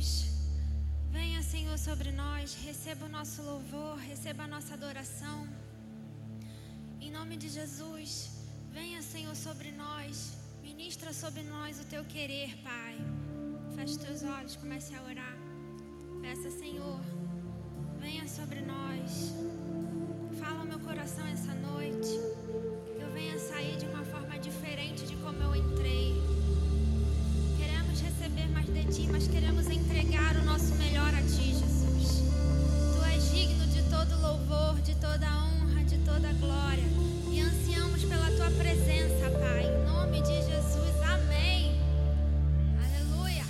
Jesus, venha, Senhor, sobre nós, receba o nosso louvor, receba a nossa adoração. Em nome de Jesus, venha, Senhor, sobre nós, ministra sobre nós o teu querer, Pai. Feche teus olhos, comece a orar. Peça, Senhor, venha sobre nós. Fala ao meu coração essa noite, que eu venha sair de uma forma diferente de como eu entrei. Queremos receber mais de Ti, mas queremos entregar o nosso melhor a Ti, Jesus. Tu és digno de todo louvor, de toda honra, de toda glória. E ansiamos pela Tua presença, Pai. Em nome de Jesus, amém. Aleluia.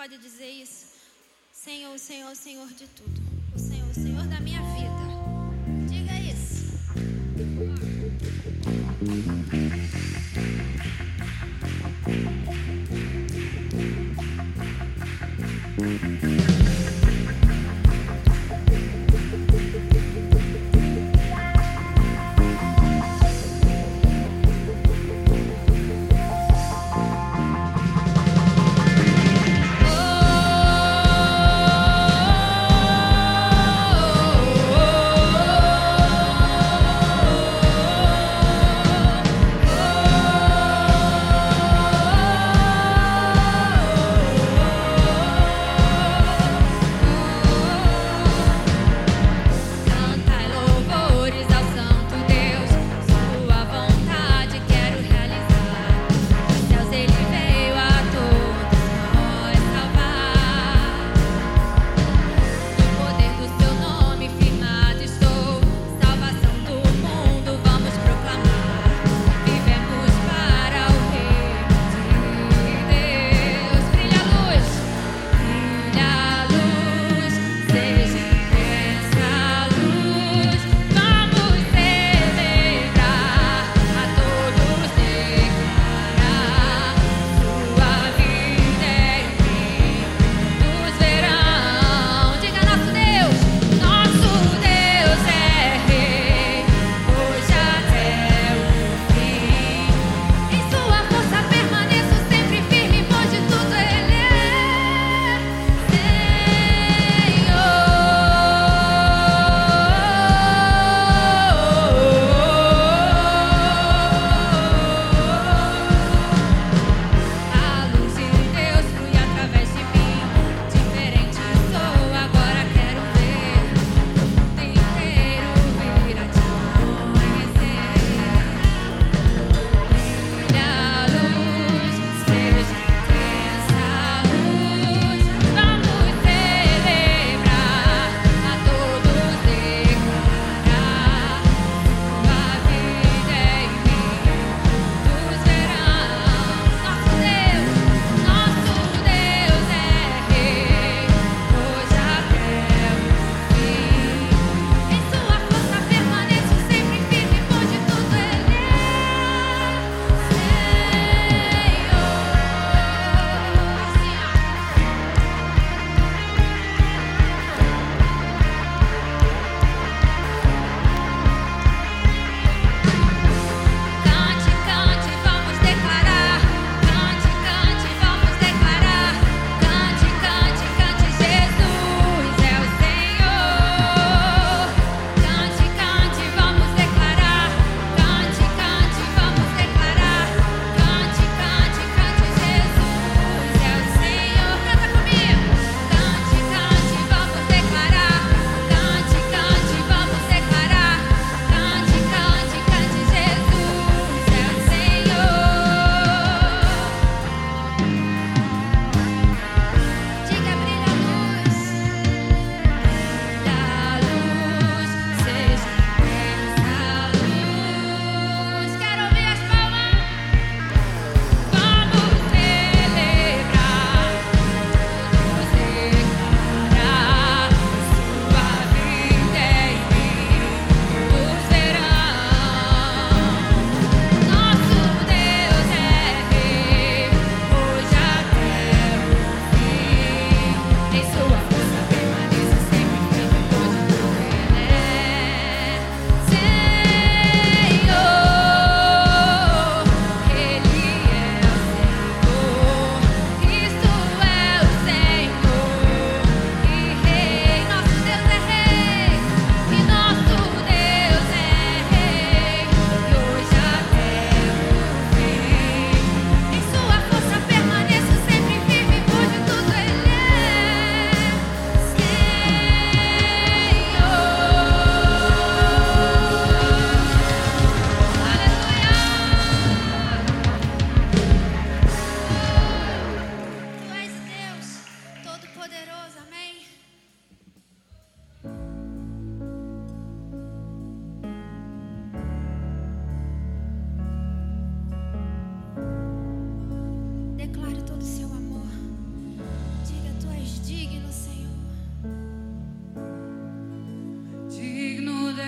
pode dizer isso? Senhor, o Senhor, o Senhor de tudo. O Senhor, o Senhor da minha vida. Diga isso. Oh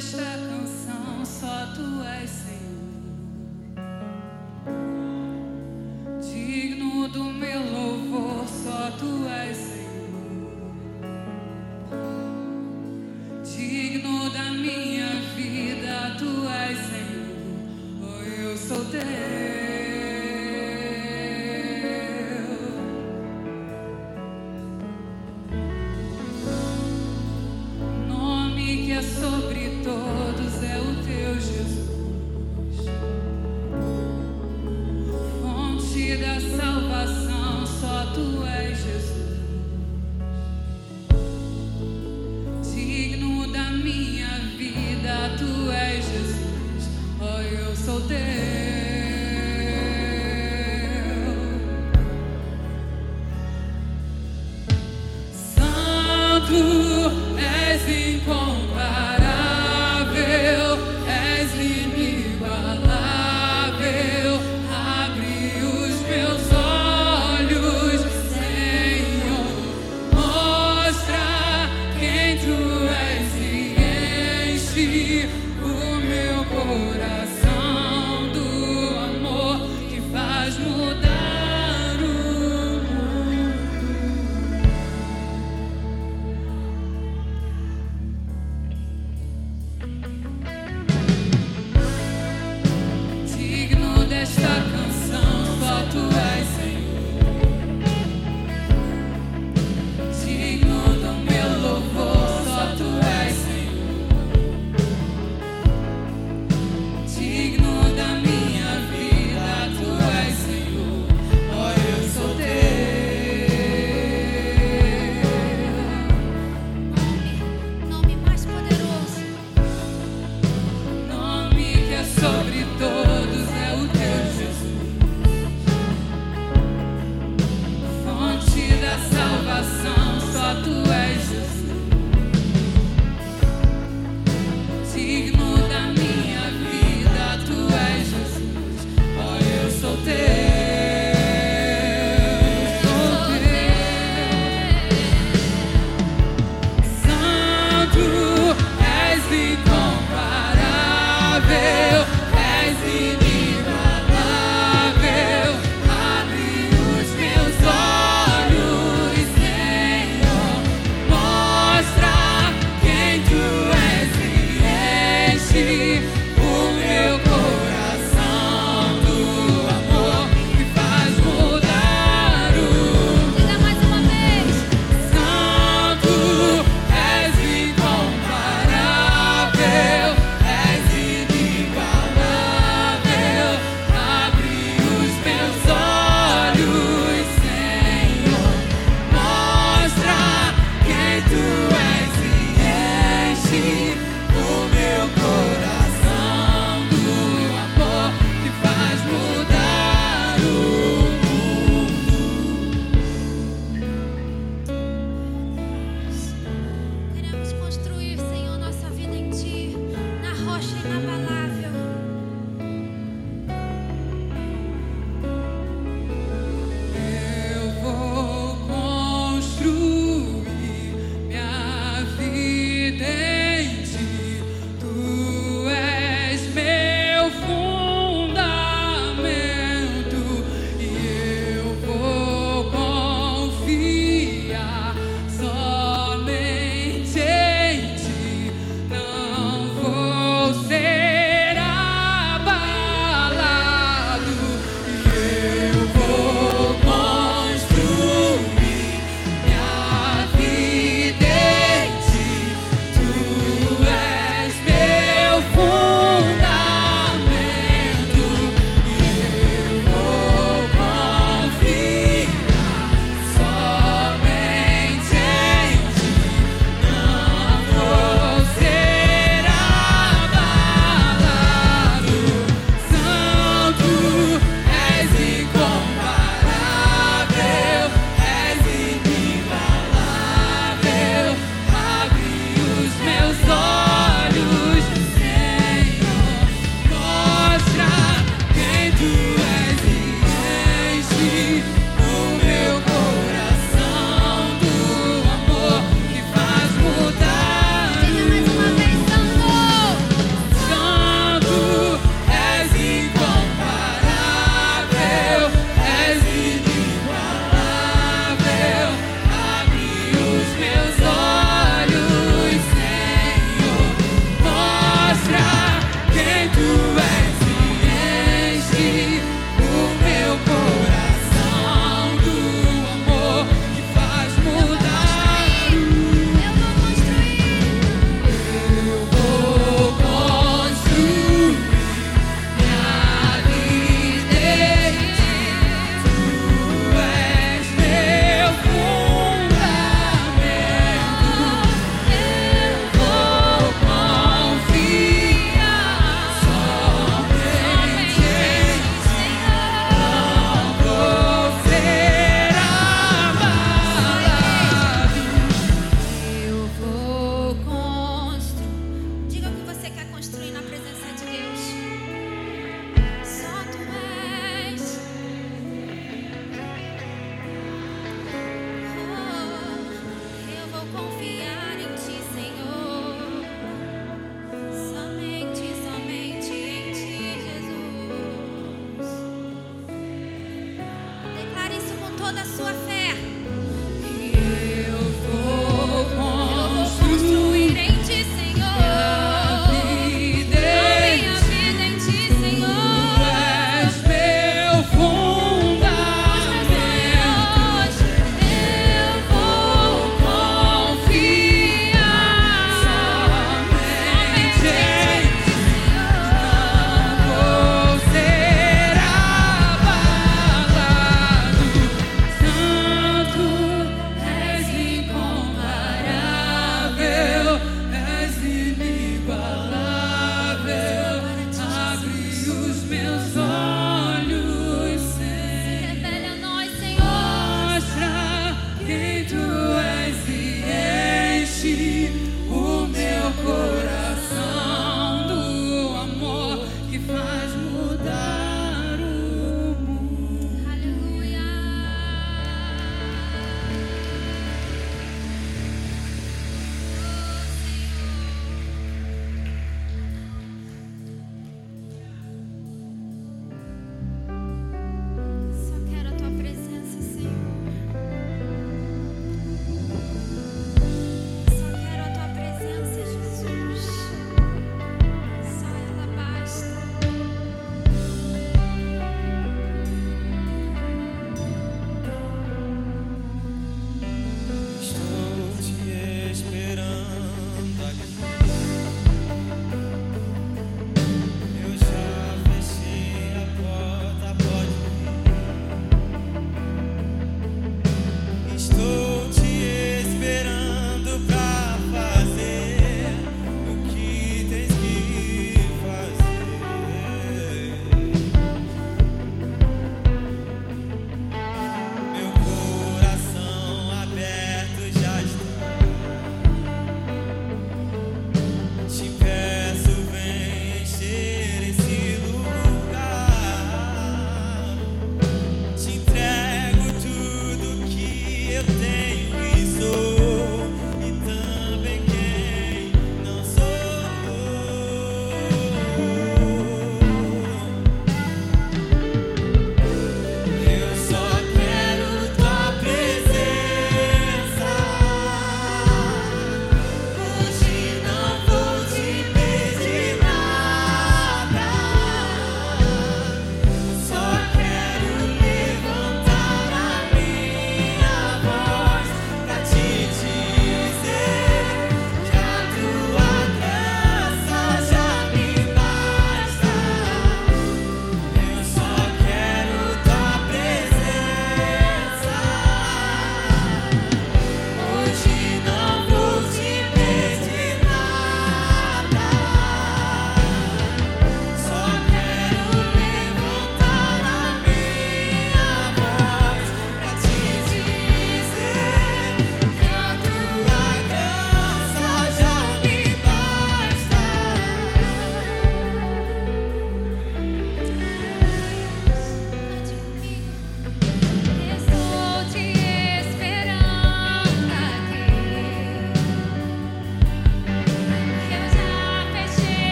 desta canção, só tu és Senhor. Digno do meu louvor, só tu és Senhor. Digno da minha vida, tu és Senhor. Oh, eu sou teu. Sobre todos é o teu Jesus, fonte da salvação, só tu és Jesus. Digno da minha vida, tu és Jesus. Oh, eu sou teu. Santo és incomparável. O meu coração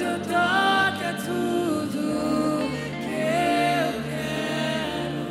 teu toque é tudo que eu quero.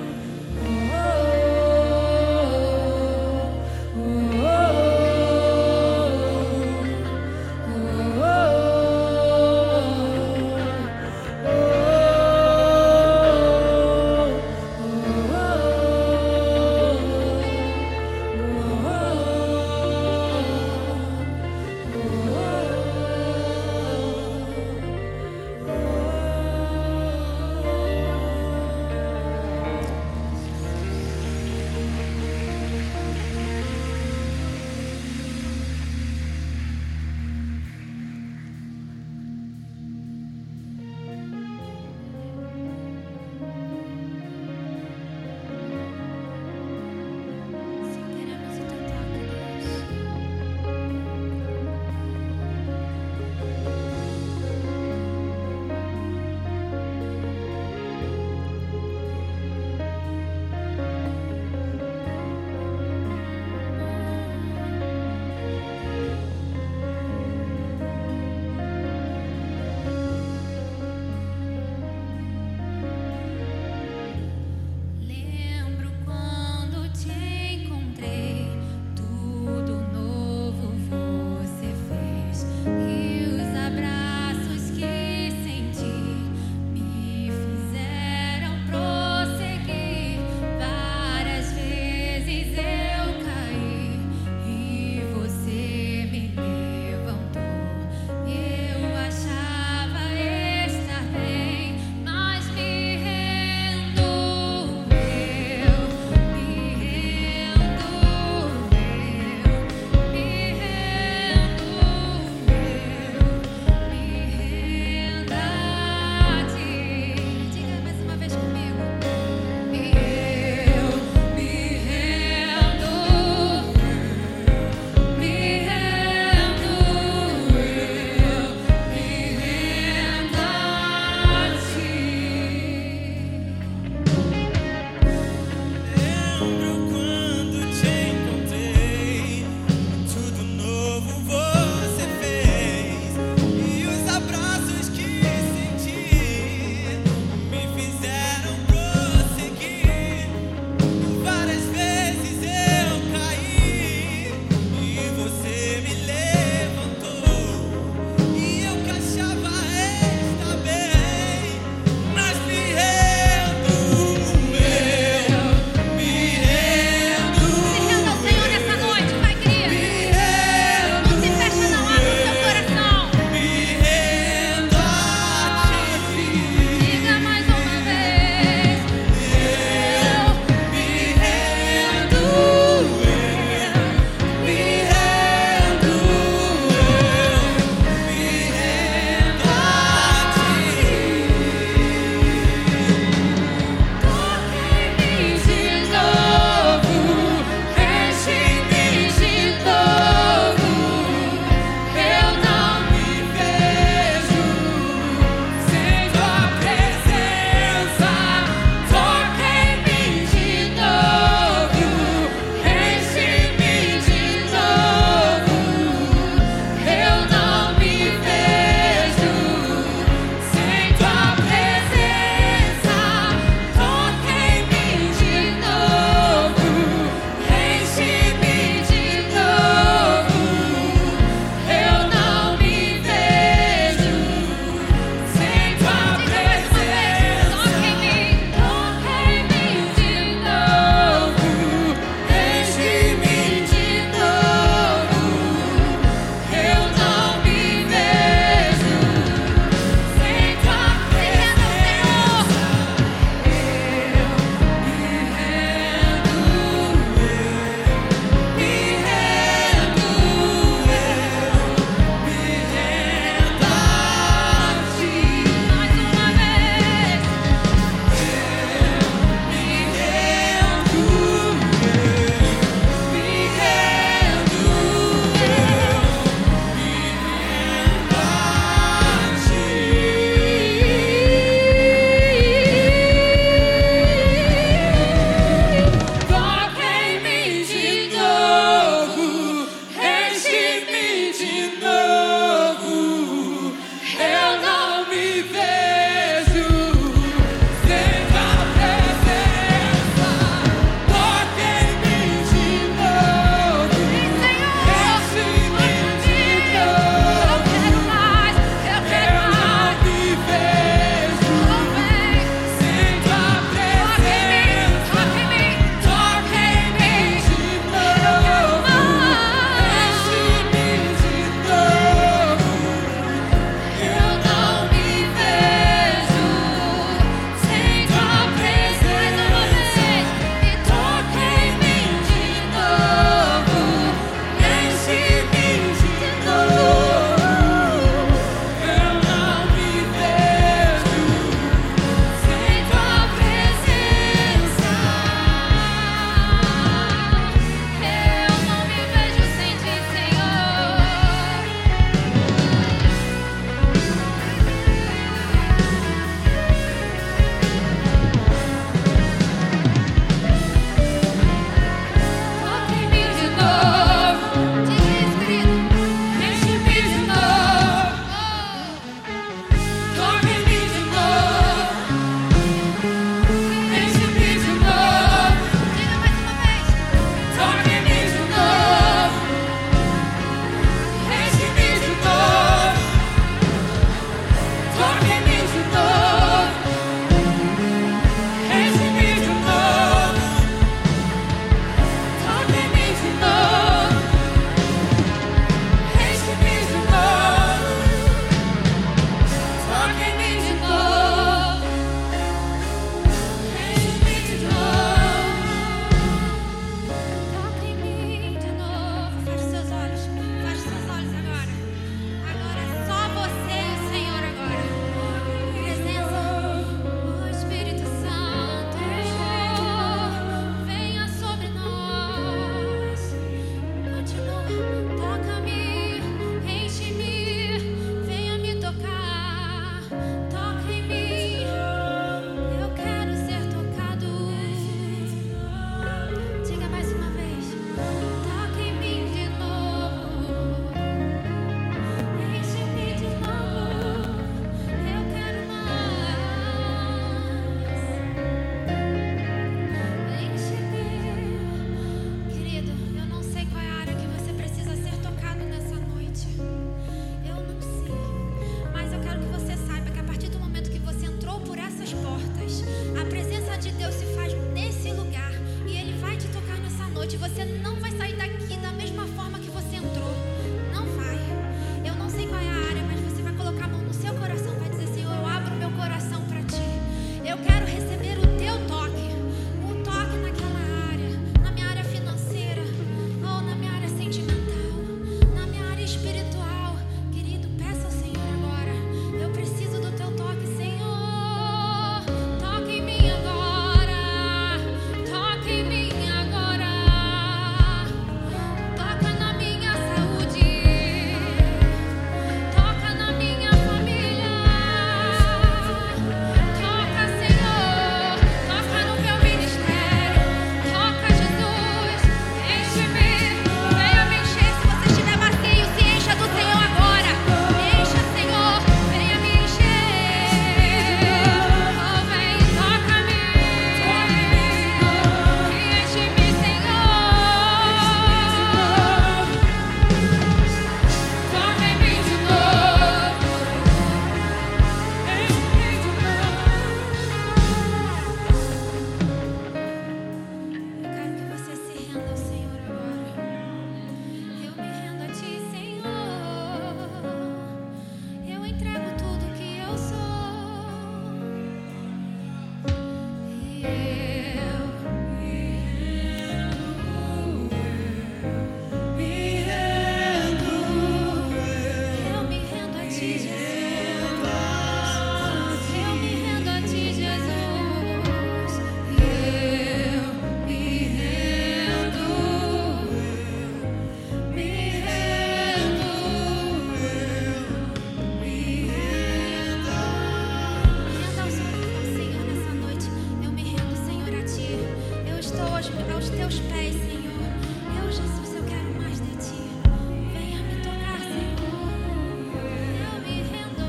teus pés, Senhor. Eu, Jesus, eu quero mais de ti. Venha me tocar, Senhor. Eu me rendo.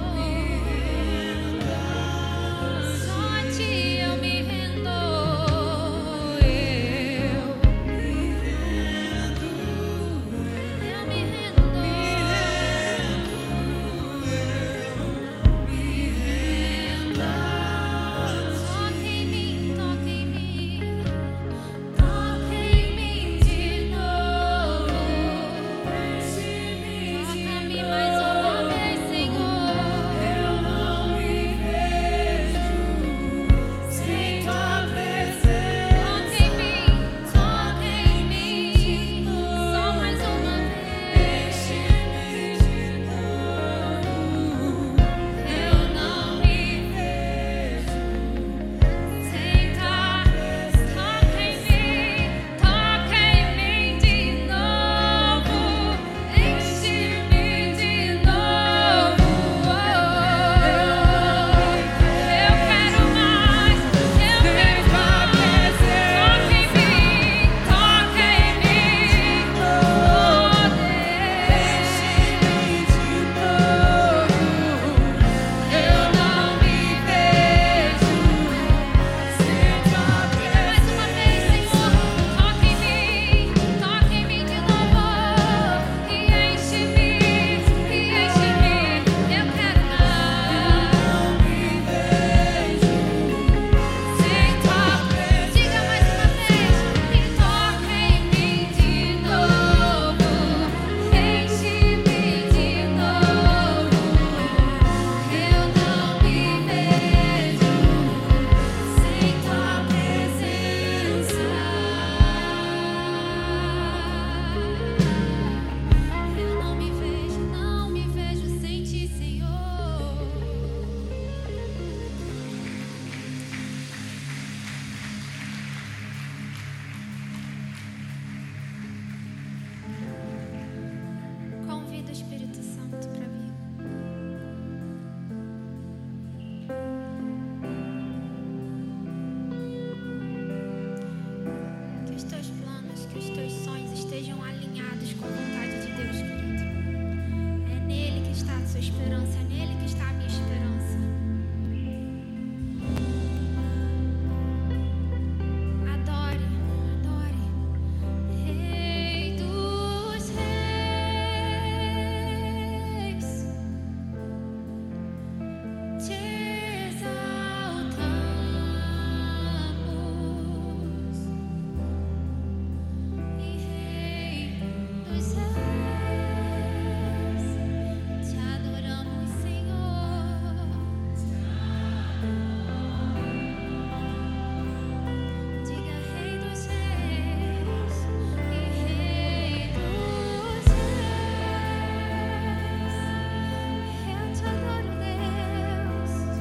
Só a ti eu me rendo. Eu me rendo. Toca em mim, toca em mim. Toca em mim de novo. Toca-me mais uma vez, Senhor. Eu não me vejo sem tua presença. Toca em mim, só mais uma vez. Eu não me vejo sem tua presença. Toca em mim de novo. Enche-me de novo. Eu quero mais, eu quero mais. Toca em mim, toca em mim. Oh Deus, enche-me de novo. Eu não me vejo sem tua presença. Mais uma vez, Senhor, toca em mim de novo. E enche-me. Eu quero mais. Não me vejo sem tua presença. Diga mais uma vez. E toca em mim de novo. Enche-me de novo. Eu não me vejo sem tua presença. Eu não me vejo sem ti, Senhor. Convido o Espírito Santo para vir. Que os teus planos, que os teus sonhos estejam alinhados com a vontade de Deus, querido. É nele que está a sua esperança, é nele que está a minha esperança. Adore, adore. Rei dos reis, te exaltamos. E Rei dos reis, te adoramos, Senhor. Diga Rei dos reis e Rei dos reis. Eu te adoro, Deus.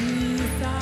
justiça.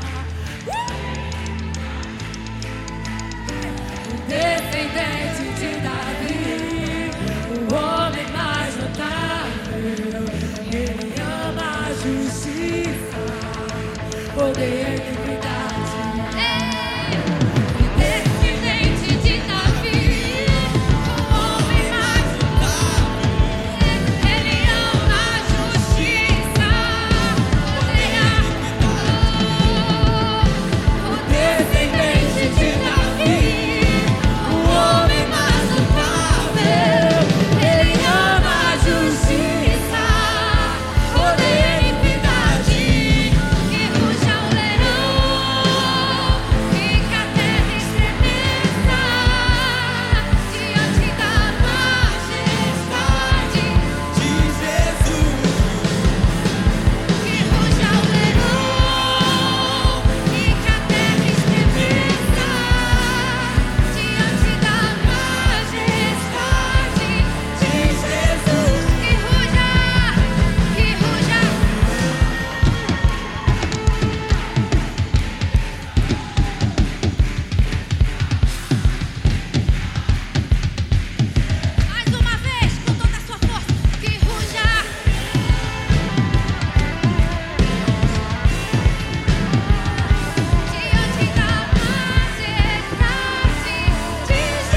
O descendente de Davi, o homem mais notável, ele ama a justiça, poder e equidade. O descendente de Davi, o homem mais notável, ele ama a justiça, poder e equidade. O descendente de Davi, o homem mais notável, ele ama a justiça, poder e equidade. Que ruja o leão e que a terra estremeça diante da majestade de Jesus. Que ruja o leão e que a terra estremeça diante da majestade de Jesus. Que ruja, que ruja. Mais uma vez, com toda a sua força, que ruja. Diante da majestade de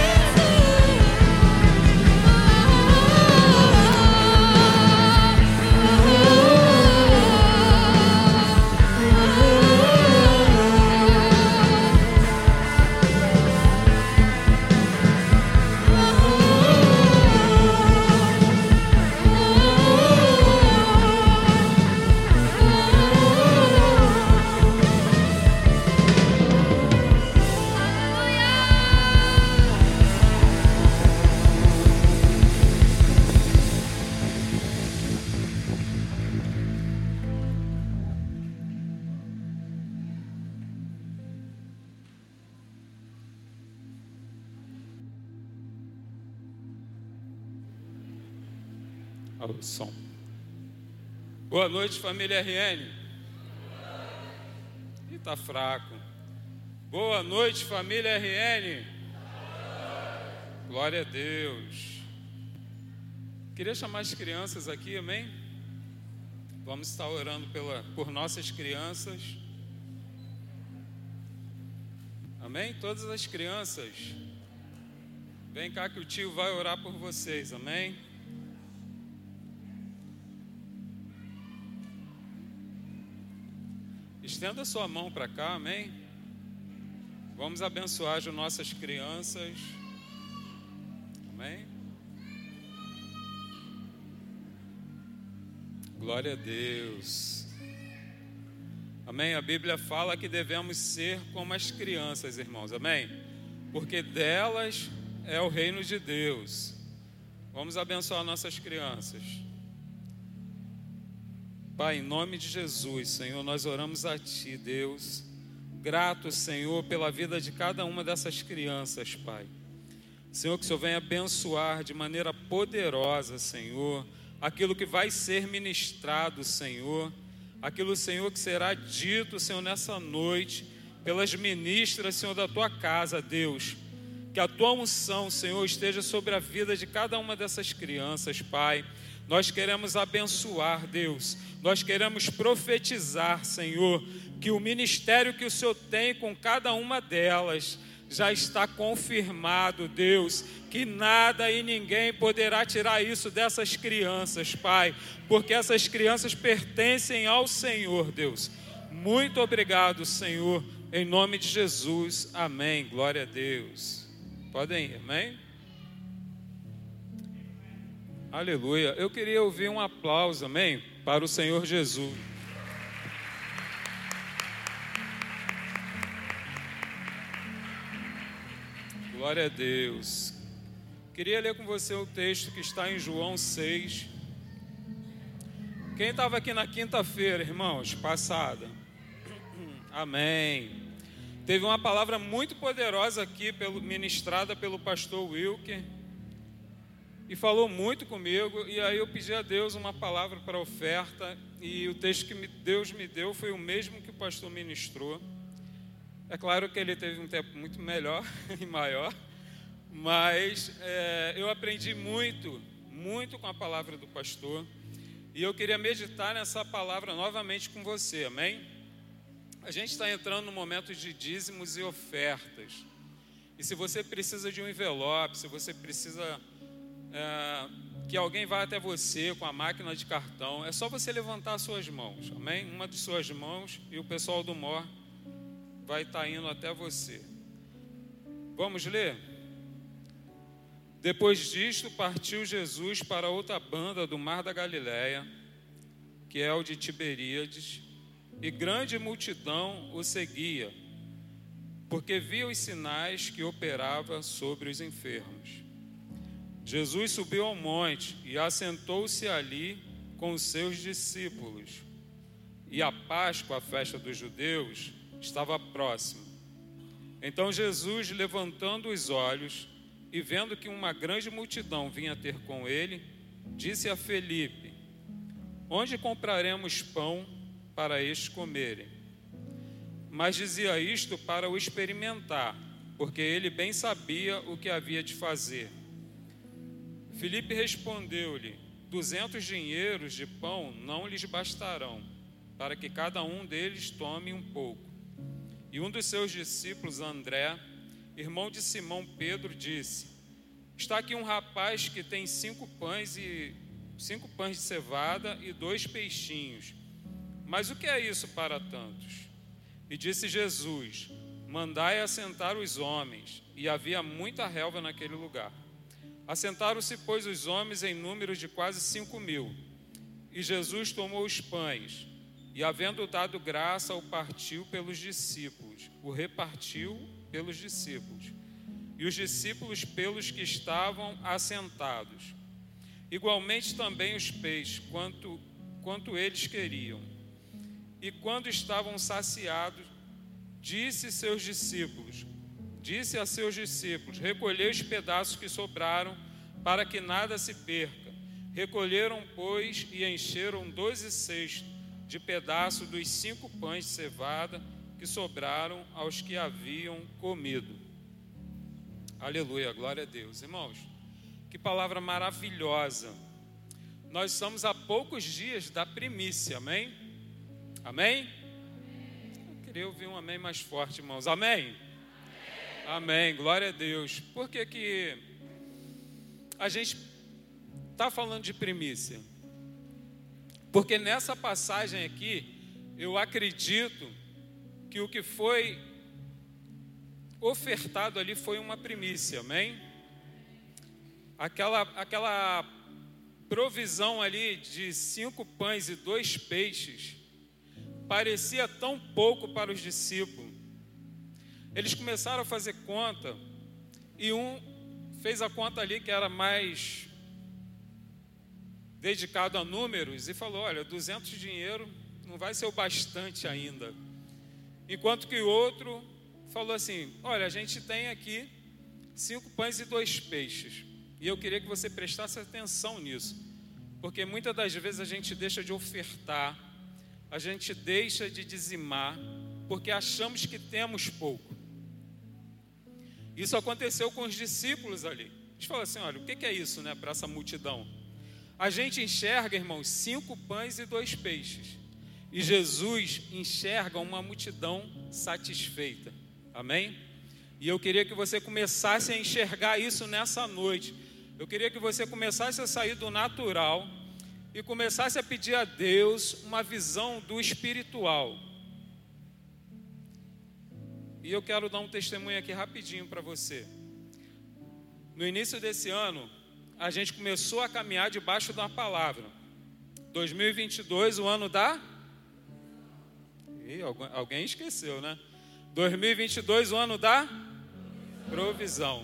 O som. Boa noite, família RN. Ih, tá fraco. Boa noite, família RN. Glória a Deus. Queria chamar as crianças aqui, amém? Vamos estar orando por nossas crianças. Amém? Todas as crianças. Vem cá que o tio vai orar por vocês, amém? Estenda sua mão para cá, amém? Vamos abençoar as nossas crianças, amém? Glória a Deus, amém? A Bíblia fala que devemos ser como as crianças, irmãos, amém? Porque delas é o reino de Deus. Vamos abençoar nossas crianças. Pai, em nome de Jesus, Senhor, nós oramos a Ti, Deus, grato, Senhor, pela vida de cada uma dessas crianças, Pai. Senhor, que o Senhor venha abençoar de maneira poderosa, Senhor, aquilo que vai ser ministrado, Senhor, aquilo, Senhor, que será dito, Senhor, nessa noite, pelas ministras, Senhor, da Tua casa, Deus. Que a Tua unção, Senhor, esteja sobre a vida de cada uma dessas crianças, Pai. Nós queremos abençoar, Deus. Nós queremos profetizar, Senhor, que o ministério que o Senhor tem com cada uma delas já está confirmado, Deus, que nada e ninguém poderá tirar isso dessas crianças, Pai, porque essas crianças pertencem ao Senhor, Deus. Muito obrigado, Senhor, em nome de Jesus, amém. Glória a Deus. Podem ir, amém? Aleluia. Eu queria ouvir um aplauso, amém, para o Senhor Jesus. Glória a Deus. Queria ler com você o texto que está em João 6. Quem estava aqui na quinta-feira, irmãos, passada? Amém. Teve uma palavra muito poderosa aqui, ministrada pelo pastor Wilker. e falou muito comigo, e aí eu pedi a Deus uma palavra para a oferta, e o texto que Deus me deu foi o mesmo que o pastor ministrou. É claro que ele teve um tempo muito melhor e maior, mas eu aprendi muito com a palavra do pastor, e eu queria meditar nessa palavra novamente com você, amém? A gente está entrando no momento de dízimos e ofertas, e se você precisa de um envelope, se você precisa que alguém vá até você com a máquina de cartão, é só você levantar as suas mãos, amém? Uma de suas mãos, e o pessoal do MOR vai estar indo até você. Vamos ler? Depois disto, partiu Jesus para outra banda do mar da Galileia, que é o de Tiberíades, e grande multidão o seguia, porque via os sinais que operava sobre os enfermos. Jesus subiu ao monte e assentou-se ali com os seus discípulos. E a Páscoa, a festa dos judeus, estava próxima. Então Jesus, levantando os olhos e vendo que uma grande multidão vinha ter com ele, disse a Felipe: onde compraremos pão para estes comerem? Mas dizia isto para o experimentar, porque ele bem sabia o que havia de fazer. Felipe respondeu-lhe: 200 dinheiros de pão não lhes bastarão, para que cada um deles tome um pouco. E um dos seus discípulos, André, irmão de Simão Pedro, disse: está aqui um rapaz que tem 5 pães de cevada e 2 peixinhos. Mas o que é isso para tantos? E disse Jesus: mandai assentar os homens. E havia muita relva naquele lugar. Assentaram-se, pois, os homens em número de quase 5.000. E Jesus tomou os pães, e havendo dado graça, o partiu pelos discípulos, o repartiu pelos discípulos, e os discípulos pelos que estavam assentados. Igualmente também os peixes, quanto eles queriam. E quando estavam saciados, disse a seus discípulos: recolhei os pedaços que sobraram, para que nada se perca. Recolheram, pois, e encheram 12 cestos de pedaços dos 5 pães de cevada que sobraram aos que haviam comido. Aleluia, glória a Deus. Irmãos, que palavra maravilhosa. Nós estamos a poucos dias da primícia, amém? Amém? Eu queria ouvir um amém mais forte, irmãos. Amém? Amém, glória a Deus. Por que a gente está falando de primícia? Porque nessa passagem aqui, eu acredito que o que foi ofertado ali foi uma primícia, amém? Aquela provisão ali de 5 pães e 2 peixes parecia tão pouco para os discípulos. Eles começaram a fazer conta, e um fez a conta ali que era mais dedicado a números, e falou: olha, 200 de dinheiro não vai ser o bastante ainda. Enquanto que o outro falou assim: olha, a gente tem aqui 5 pães e 2 peixes. E eu queria que você prestasse atenção nisso, porque muitas das vezes a gente deixa de ofertar, a gente deixa de dizimar, porque achamos que temos pouco. Isso aconteceu com os discípulos ali. Eles falaram assim: olha, o que é isso, né, para essa multidão? A gente enxerga, irmãos, 5 pães e 2 peixes. E Jesus enxerga uma multidão satisfeita. Amém? E eu queria que você começasse a enxergar isso nessa noite. Eu queria que você começasse a sair do natural e começasse a pedir a Deus uma visão do espiritual. E eu quero dar um testemunho aqui rapidinho para você. No início desse ano, a gente começou a caminhar debaixo da palavra. 2022, o ano da... alguém esqueceu, né? 2022, o ano da provisão.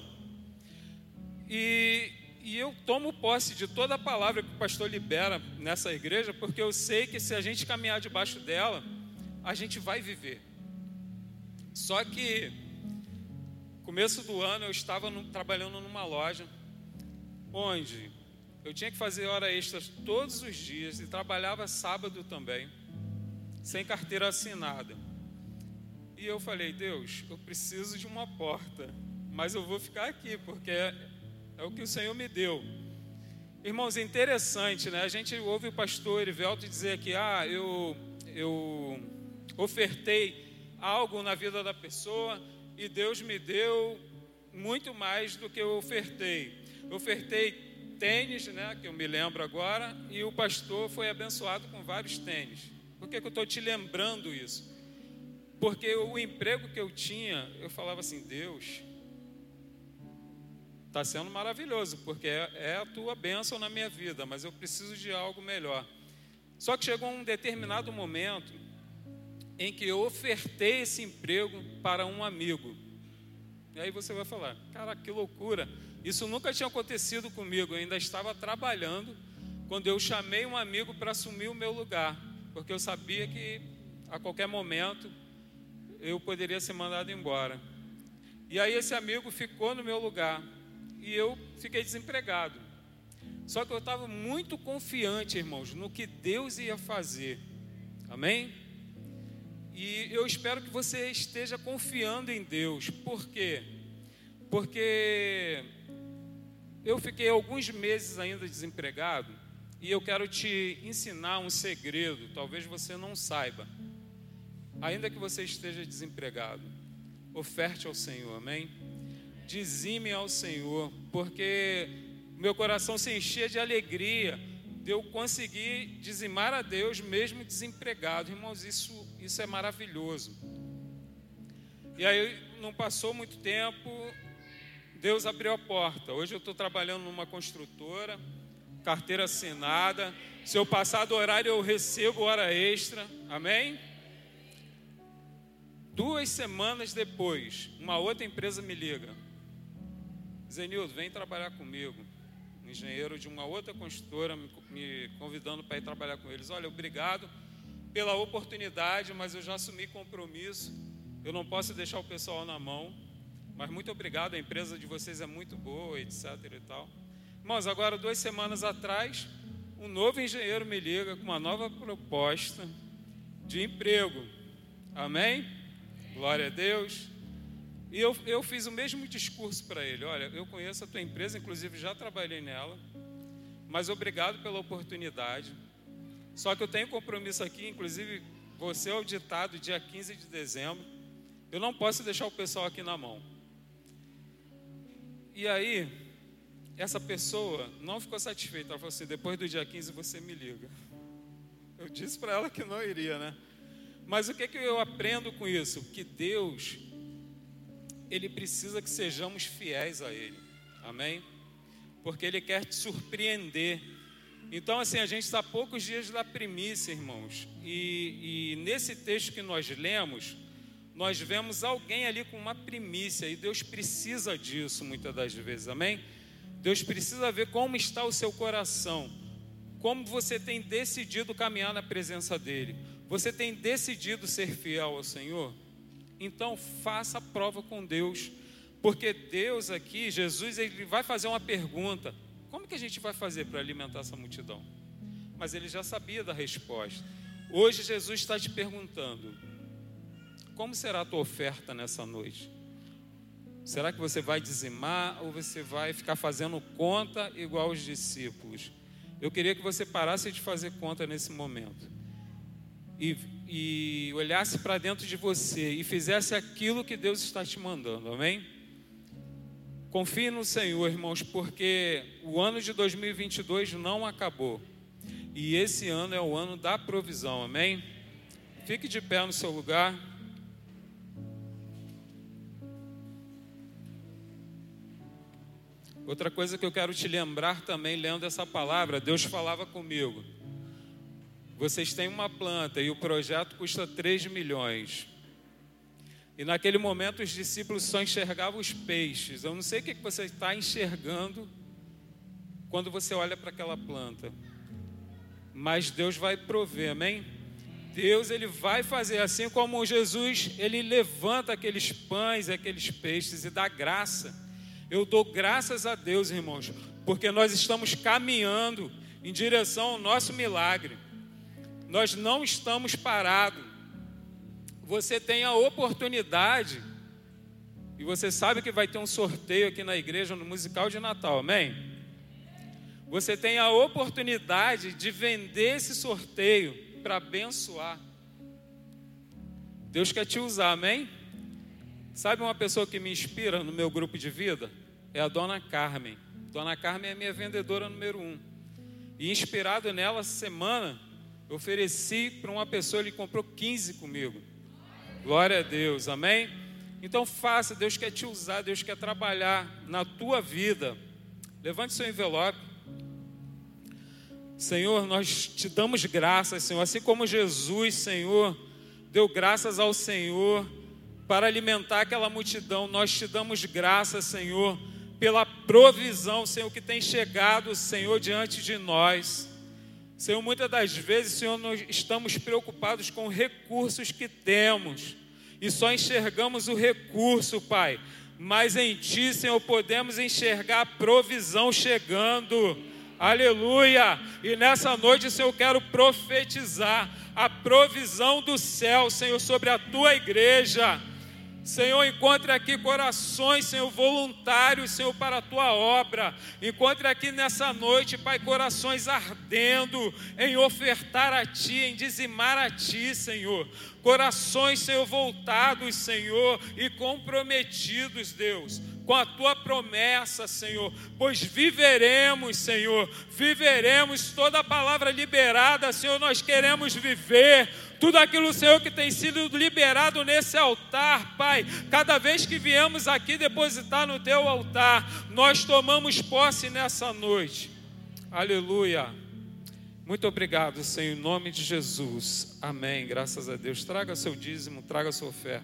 E eu tomo posse de toda a palavra que o pastor libera nessa igreja, porque eu sei que se a gente caminhar debaixo dela, a gente vai viver. Só que, começo do ano, eu estava trabalhando numa loja, onde eu tinha que fazer hora extra todos os dias e trabalhava sábado também, sem carteira assinada. E eu falei, Deus, eu preciso de uma porta, mas eu vou ficar aqui, porque é o que o Senhor me deu. Irmãos, é interessante, né? A gente ouve o pastor Erivelto dizer que eu ofertei algo na vida da pessoa e Deus me deu muito mais do que eu ofertei. Eu ofertei tênis, né, que eu me lembro agora, e o pastor foi abençoado com vários tênis. Por que eu estou te lembrando isso? Porque o emprego que eu tinha, eu falava assim, Deus, está sendo maravilhoso, porque é a tua bênção na minha vida, mas eu preciso de algo melhor. Só que chegou um determinado momento em que eu ofertei esse emprego para um amigo. E aí você vai falar, cara, que loucura. Isso nunca tinha acontecido comigo, eu ainda estava trabalhando quando eu chamei um amigo para assumir o meu lugar, porque eu sabia que a qualquer momento eu poderia ser mandado embora. E aí esse amigo ficou no meu lugar e eu fiquei desempregado. Só que eu estava muito confiante, irmãos, no que Deus ia fazer. Amém? E eu espero que você esteja confiando em Deus. Por quê? Porque eu fiquei alguns meses ainda desempregado e eu quero te ensinar um segredo, talvez você não saiba. Ainda que você esteja desempregado, oferte ao Senhor, amém? Dizime ao Senhor, porque meu coração se enchia de alegria de eu conseguir dizimar a Deus mesmo desempregado. Irmãos, isso é maravilhoso. E aí não passou muito tempo, Deus abriu a porta. Hoje eu estou trabalhando numa construtora, carteira assinada. Se eu passar do horário, eu recebo hora extra. Amém? 2 semanas depois, uma outra empresa me liga. Zenildo, vem trabalhar comigo. Um engenheiro de uma outra construtora me convidando para ir trabalhar com eles. Olha, obrigado pela oportunidade, mas eu já assumi compromisso. Eu não posso deixar o pessoal na mão. Mas muito obrigado, a empresa de vocês é muito boa, etc. e tal. Irmãos, agora 2 semanas atrás, um novo engenheiro me liga com uma nova proposta de emprego. Amém? Glória a Deus. E eu fiz o mesmo discurso para ele. Olha, eu conheço a tua empresa, inclusive já trabalhei nela, mas obrigado pela oportunidade. Só que eu tenho compromisso aqui, inclusive você é auditado dia 15 de dezembro. Eu não posso deixar o pessoal aqui na mão. E aí, essa pessoa não ficou satisfeita. Ela falou assim, depois do dia 15 você me liga. Eu disse para ela que não iria, né? Mas o que eu aprendo com isso? Que Deus, Ele precisa que sejamos fiéis a Ele. Amém? Porque Ele quer te surpreender. Então, assim, a gente está a poucos dias da primícia, irmãos. E nesse texto que nós lemos, nós vemos alguém ali com uma primícia, e Deus precisa disso muitas das vezes, amém? Deus precisa ver como está o seu coração, como você tem decidido caminhar na presença dEle, você tem decidido ser fiel ao Senhor. Então faça a prova com Deus, porque Deus aqui, Jesus, Ele vai fazer uma pergunta, como que a gente vai fazer para alimentar essa multidão? Mas Ele já sabia da resposta. Hoje Jesus está te perguntando, como será a tua oferta nessa noite? Será que você vai dizimar ou você vai ficar fazendo conta igual os discípulos? Eu queria que você parasse de fazer conta nesse momento e olhasse para dentro de você e fizesse aquilo que Deus está te mandando, amém? Confie no Senhor, irmãos, porque o ano de 2022 não acabou e esse ano é o ano da provisão, amém? Fique de pé no seu lugar. Outra coisa que eu quero te lembrar também, lendo essa palavra, Deus falava comigo. Vocês têm uma planta e o projeto custa 3 milhões. E naquele momento os discípulos só enxergavam os peixes. Eu não sei o que você está enxergando quando você olha para aquela planta. Mas Deus vai prover, amém? Deus, Ele vai fazer, assim como Jesus, Ele levanta aqueles pães, aqueles peixes e dá graça. Eu dou graças a Deus, irmãos, porque nós estamos caminhando em direção ao nosso milagre. Nós não estamos parados. Você tem a oportunidade, e você sabe que vai ter um sorteio aqui na igreja no musical de Natal, amém? Você tem a oportunidade de vender esse sorteio para abençoar. Deus quer te usar, amém? Sabe uma pessoa que me inspira no meu grupo de vida? É a Dona Carmen. Dona Carmen é minha vendedora número 1. E inspirado nela, essa semana, eu ofereci para uma pessoa, ele comprou 15 comigo. Glória a Deus, amém? Então faça, Deus quer te usar, Deus quer trabalhar na tua vida. Levante seu envelope. Senhor, nós te damos graças, Senhor, assim como Jesus, Senhor, deu graças ao Senhor para alimentar aquela multidão. Nós te damos graças, Senhor, pela provisão, Senhor, que tem chegado, Senhor, diante de nós. Senhor, muitas das vezes, Senhor, nós estamos preocupados com recursos que temos e só enxergamos o recurso, Pai. Mas em Ti, Senhor, podemos enxergar a provisão chegando. Aleluia! E nessa noite, Senhor, eu quero profetizar a provisão do céu, Senhor, sobre a Tua igreja. Senhor, encontre aqui corações, Senhor, voluntários, Senhor, para a Tua obra. Encontre aqui nessa noite, Pai, corações ardendo em ofertar a Ti, em dizimar a Ti, Senhor. Corações, Senhor, voltados, Senhor, e comprometidos, Deus, com a Tua promessa, Senhor. Pois viveremos, Senhor, viveremos toda a palavra liberada, Senhor, nós queremos viver tudo aquilo, Senhor, que tem sido liberado nesse altar, Pai. Cada vez que viemos aqui depositar no Teu altar, nós tomamos posse nessa noite. Aleluia. Muito obrigado, Senhor, em nome de Jesus. Amém. Graças a Deus. Traga seu dízimo, traga sua oferta.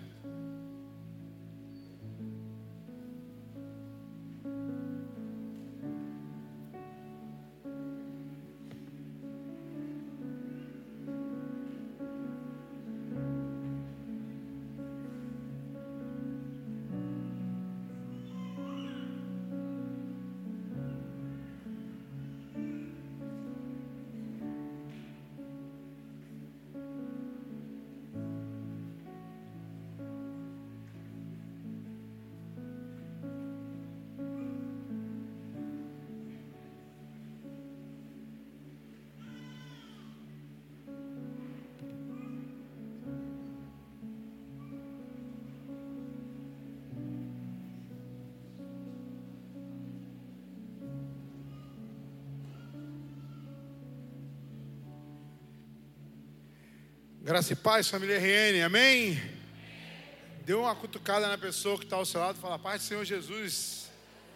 Graça e paz, família RN, amém? Dê uma cutucada na pessoa que está ao seu lado e fala: paz do Senhor Jesus.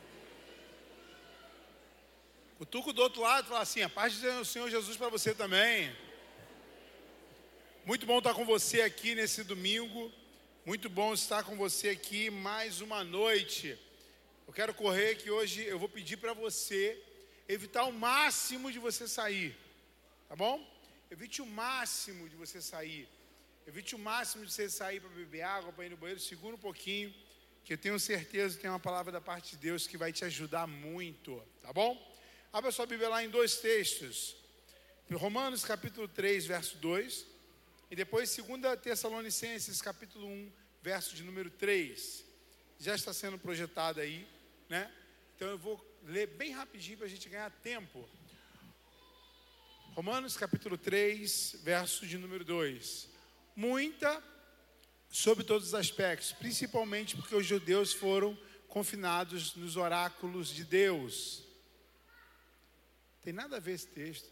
Cutuca do outro lado e fala assim: a paz do Senhor Jesus para você também. Muito bom estar com você aqui nesse domingo. Muito bom estar com você aqui mais uma noite. Eu quero correr que hoje eu vou pedir para você evitar o máximo de você sair, tá bom? Evite o máximo de você sair. Evite o máximo de você sair para beber água, para ir no banheiro. Segura um pouquinho, que eu tenho certeza que tem uma palavra da parte de Deus que vai te ajudar muito, tá bom? Abra sua Bíblia lá em 2 textos. Romanos capítulo 3, verso 2. E depois 2 Tessalonicenses capítulo 1, verso de número 3. Já está sendo projetado aí, né? Então eu vou ler bem rapidinho para a gente ganhar tempo. Romanos capítulo 3, verso de número 2. Muita, sobre todos os aspectos, principalmente porque os judeus foram confinados nos oráculos de Deus. Tem nada a ver esse texto.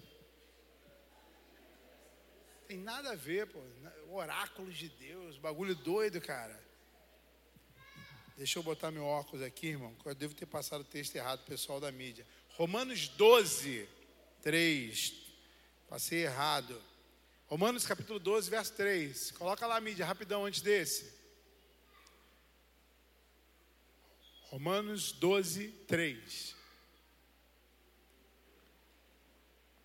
Tem nada a ver, pô. Oráculos de Deus, bagulho doido, cara. Deixa eu botar meu óculos aqui, irmão. Eu devo ter passado o texto errado, pessoal da mídia. Romanos 12, 3. Passei errado. Romanos capítulo 12, verso 3. Coloca lá a mídia, rapidão, antes desse. Romanos 12, 3.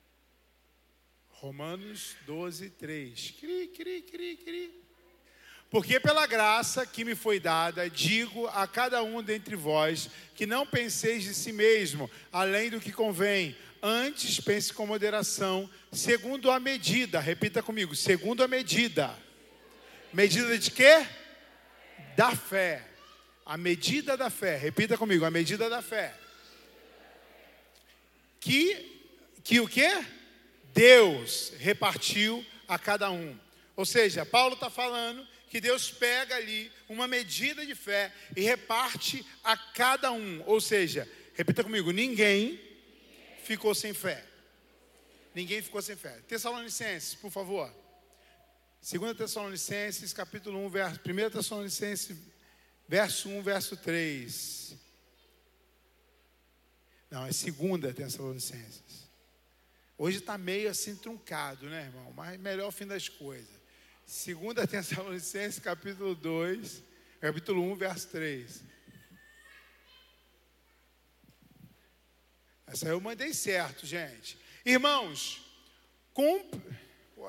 Romanos 12, 3. Porque pela graça que me foi dada, digo a cada um dentre vós, que não penseis de si mesmo, além do que convém. Antes pense com moderação, segundo a medida. Repita comigo, segundo a medida. Medida de quê? Da fé. A medida da fé. Repita comigo, a medida da fé. Que o quê? Deus repartiu a cada um. Ou seja, Paulo está falando que Deus pega ali uma medida de fé e reparte a cada um. Ou seja, repita comigo, ninguém ficou sem fé. Ninguém ficou sem fé. Tessalonicenses, por favor. 2 Tessalonicenses, capítulo 1, 1 Tessalonicenses, verso 1, verso 3. Não, é 2 Tessalonicenses. Hoje está meio assim truncado, né, irmão? Mas melhor o fim das coisas. 2 Tessalonicenses, capítulo 2, capítulo 1, verso 3. Essa eu mandei certo, gente. Irmãos, Pô,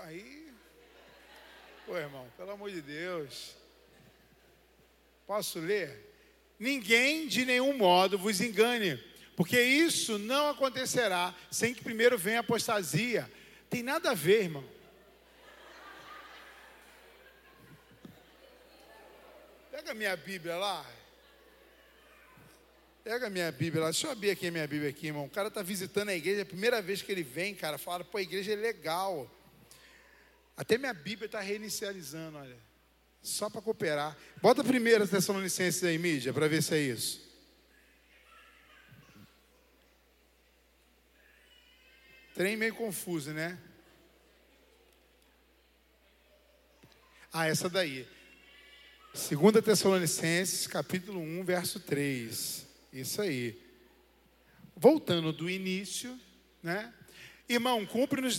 irmão, pelo amor de Deus. Posso ler? Ninguém de nenhum modo vos engane, porque isso não acontecerá sem que primeiro venha a apostasia. Tem nada a ver, irmão. Pega a minha Bíblia lá. Pega a minha Bíblia lá. Deixa eu abrir aqui a minha Bíblia aqui, irmão. O cara está visitando a igreja, é a primeira vez que ele vem, cara. Falaram, pô, a igreja é legal. Até minha Bíblia está reinicializando, olha. Só para cooperar. Bota 1 Tessalonicenses aí, mídia, para ver se é isso. Trem meio confuso, né? Ah, essa daí. 2 Tessalonicenses, capítulo 1, verso 3. Isso aí. Voltando do início, né? Irmão, cumpre-nos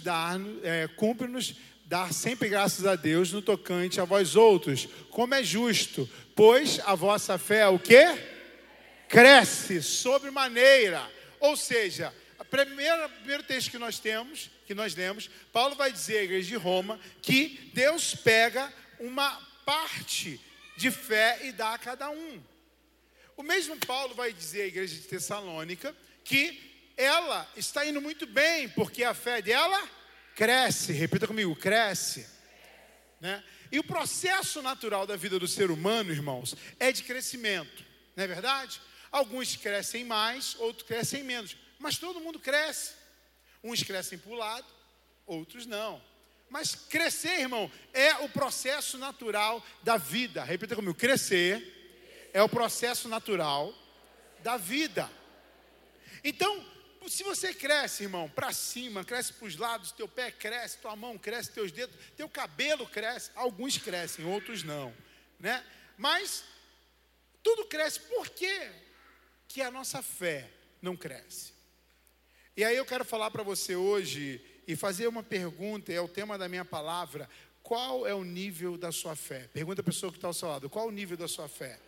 dar sempre graças a Deus no tocante a vós outros, como é justo, pois a vossa fé é o quê? Cresce sobremaneira. Ou seja, o primeiro texto que nós lemos, Paulo vai dizer à igreja de Roma que Deus pega uma parte de fé e dá a cada um. O mesmo Paulo vai dizer à igreja de Tessalônica que ela está indo muito bem, porque a fé dela cresce. Repita comigo, cresce. Né? E o processo natural da vida do ser humano, irmãos, é de crescimento. Não é verdade? Alguns crescem mais, outros crescem menos. Mas todo mundo cresce. Uns crescem para o lado, outros não. Mas crescer, irmão, é o processo natural da vida. Repita comigo, crescer é o processo natural da vida. Então, se você cresce, irmão, para cima, cresce para os lados, teu pé cresce, tua mão cresce, teus dedos, teu cabelo cresce, alguns crescem, outros não, né? Mas tudo cresce, por quê que a nossa fé não cresce? E aí eu quero falar para você hoje e fazer uma pergunta, é o tema da minha palavra: qual é o nível da sua fé? Pergunta a pessoa que está ao seu lado, qual é o nível da sua fé?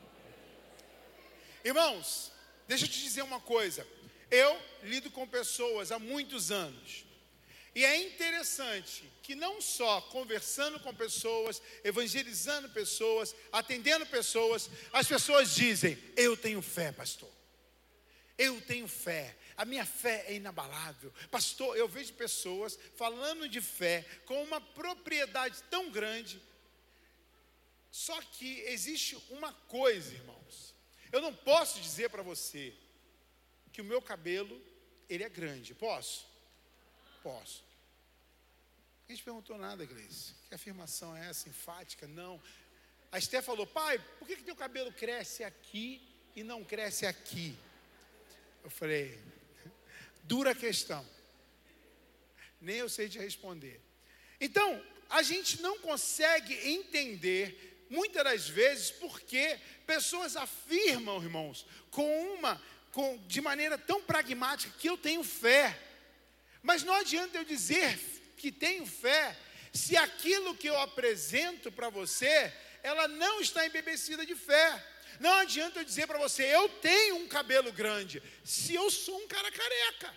Irmãos, deixa eu te dizer uma coisa. Eu lido com pessoas há muitos anos. E é interessante que não só conversando com pessoas, evangelizando pessoas, atendendo pessoas, as pessoas dizem, eu tenho fé, pastor. Eu tenho fé. A minha fé é inabalável. Pastor, eu vejo pessoas falando de fé com uma propriedade tão grande. Só que existe uma coisa, irmãos. Eu não posso dizer para você que o meu cabelo, ele é grande. Posso? Posso. A gente perguntou nada, Gleice. Que afirmação é essa, enfática? Não. A Esté falou, pai, por que teu cabelo cresce aqui e não cresce aqui? Eu falei, dura questão. Nem eu sei te responder. Então, a gente não consegue entender, muitas das vezes, porque pessoas afirmam, irmãos, de maneira tão pragmática, que eu tenho fé. Mas não adianta eu dizer que tenho fé, se aquilo que eu apresento para você, ela não está embebecida de fé. Não adianta eu dizer para você, eu tenho um cabelo grande, se eu sou um cara careca.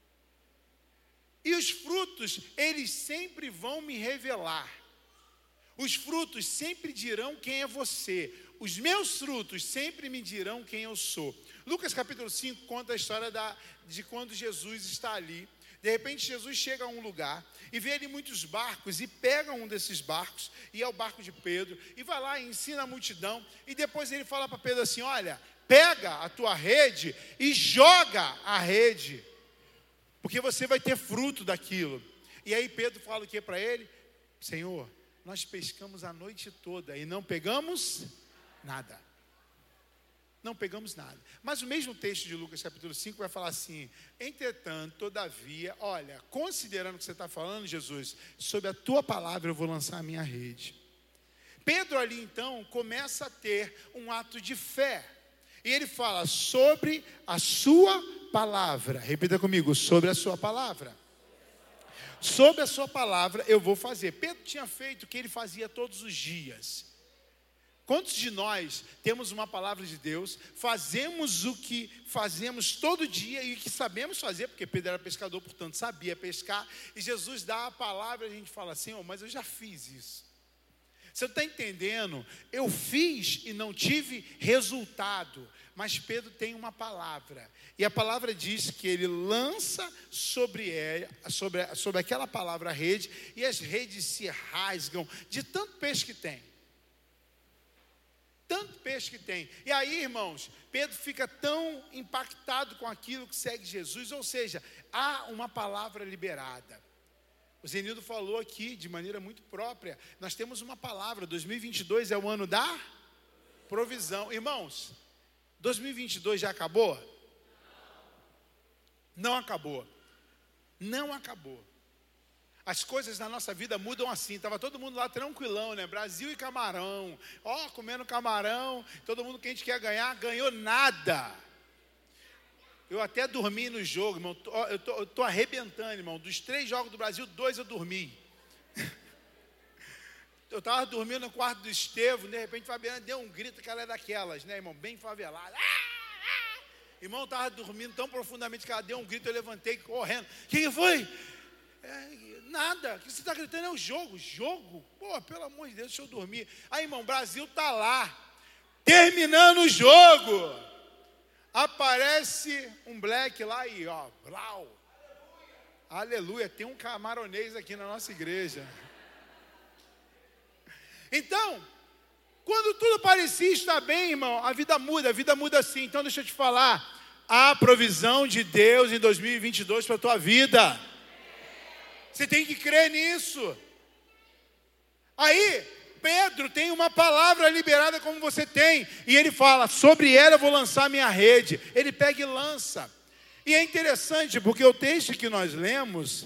E os frutos, eles sempre vão me revelar. Os frutos sempre dirão quem é você. Os meus frutos sempre me dirão quem eu sou. Lucas capítulo 5 conta a história de quando Jesus está ali. De repente Jesus chega a um lugar e vê ali muitos barcos e pega um desses barcos, e é o barco de Pedro, e vai lá e ensina a multidão, e depois ele fala para Pedro assim: olha, pega a tua rede e joga a rede, porque você vai ter fruto daquilo. E aí Pedro fala o que para ele? Senhor, nós pescamos a noite toda e não pegamos nada. Não pegamos nada. Mas o mesmo texto de Lucas capítulo 5 vai falar assim: entretanto, todavia, olha, considerando o que você está falando, Jesus, sobre a tua palavra eu vou lançar a minha rede. Pedro ali então começa a ter um ato de fé. E ele fala sobre a sua palavra. Repita comigo: sobre a sua palavra. Sobre a sua palavra eu vou fazer. Pedro tinha feito o que ele fazia todos os dias. Quantos de nós temos uma palavra de Deus, fazemos o que fazemos todo dia e o que sabemos fazer, porque Pedro era pescador, portanto sabia pescar, e Jesus dá a palavra e a gente fala assim: mas eu já fiz isso. Você não está entendendo? Eu fiz e não tive resultado, mas Pedro tem uma palavra, e a palavra diz que ele lança sobre aquela palavra a rede, e as redes se rasgam de tanto peixe que tem. Tanto peixe que tem. E aí, irmãos, Pedro fica tão impactado com aquilo que segue Jesus, ou seja, há uma palavra liberada. O Zenildo falou aqui de maneira muito própria, nós temos uma palavra, 2022 é o ano da provisão. Irmãos, 2022 já acabou? Não acabou. Não acabou. As coisas na nossa vida mudam assim. Estava todo mundo lá tranquilão, né? Brasil e camarão. Ó, comendo camarão. Todo mundo que a gente quer ganhar, ganhou nada. Eu até dormi no jogo, irmão. Eu tô arrebentando, irmão. Dos 3 jogos do Brasil, 2 eu dormi. Eu estava dormindo no quarto do Estevão. De repente, Fabiana deu um grito, que ela é daquelas, né, irmão? Bem favelada. Irmão, estava dormindo tão profundamente que ela deu um grito. Eu levantei correndo. O que foi? Nada, o que você está gritando é o jogo. Jogo? Pô, pelo amor de Deus, deixa eu dormir. Aí, irmão, Brasil está lá, terminando o jogo. Aparece um black lá e ó, blau. Aleluia, tem um camaronês aqui na nossa igreja. Então, quando tudo parecia estar bem, irmão, a vida muda assim. Então deixa eu te falar, há provisão de Deus em 2022 para a tua vida. Você tem que crer nisso. Aí, Pedro tem uma palavra liberada como você tem. E ele fala, sobre ela eu vou lançar minha rede. Ele pega e lança. E é interessante, porque o texto que nós lemos,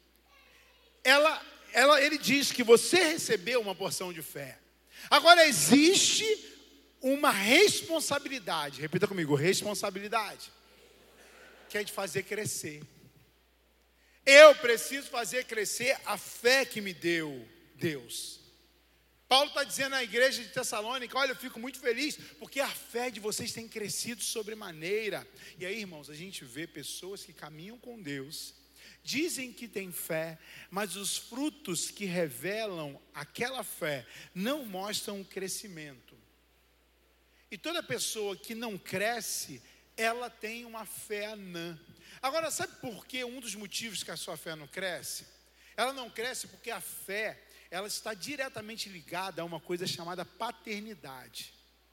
ele diz que você recebeu uma porção de fé. Agora, existe uma responsabilidade. Repita comigo, responsabilidade. Que é de fazer crescer. Eu preciso fazer crescer a fé que me deu Deus. Paulo está dizendo à igreja de Tessalônica: olha, eu fico muito feliz, porque a fé de vocês tem crescido sobremaneira. E aí, irmãos, a gente vê pessoas que caminham com Deus, dizem que têm fé, mas os frutos que revelam aquela fé não mostram o crescimento. E toda pessoa que não cresce, ela tem uma fé anã. Agora, sabe por que um dos motivos que a sua fé não cresce? Ela não cresce porque a fé, ela está diretamente ligada a uma coisa chamada paternidade.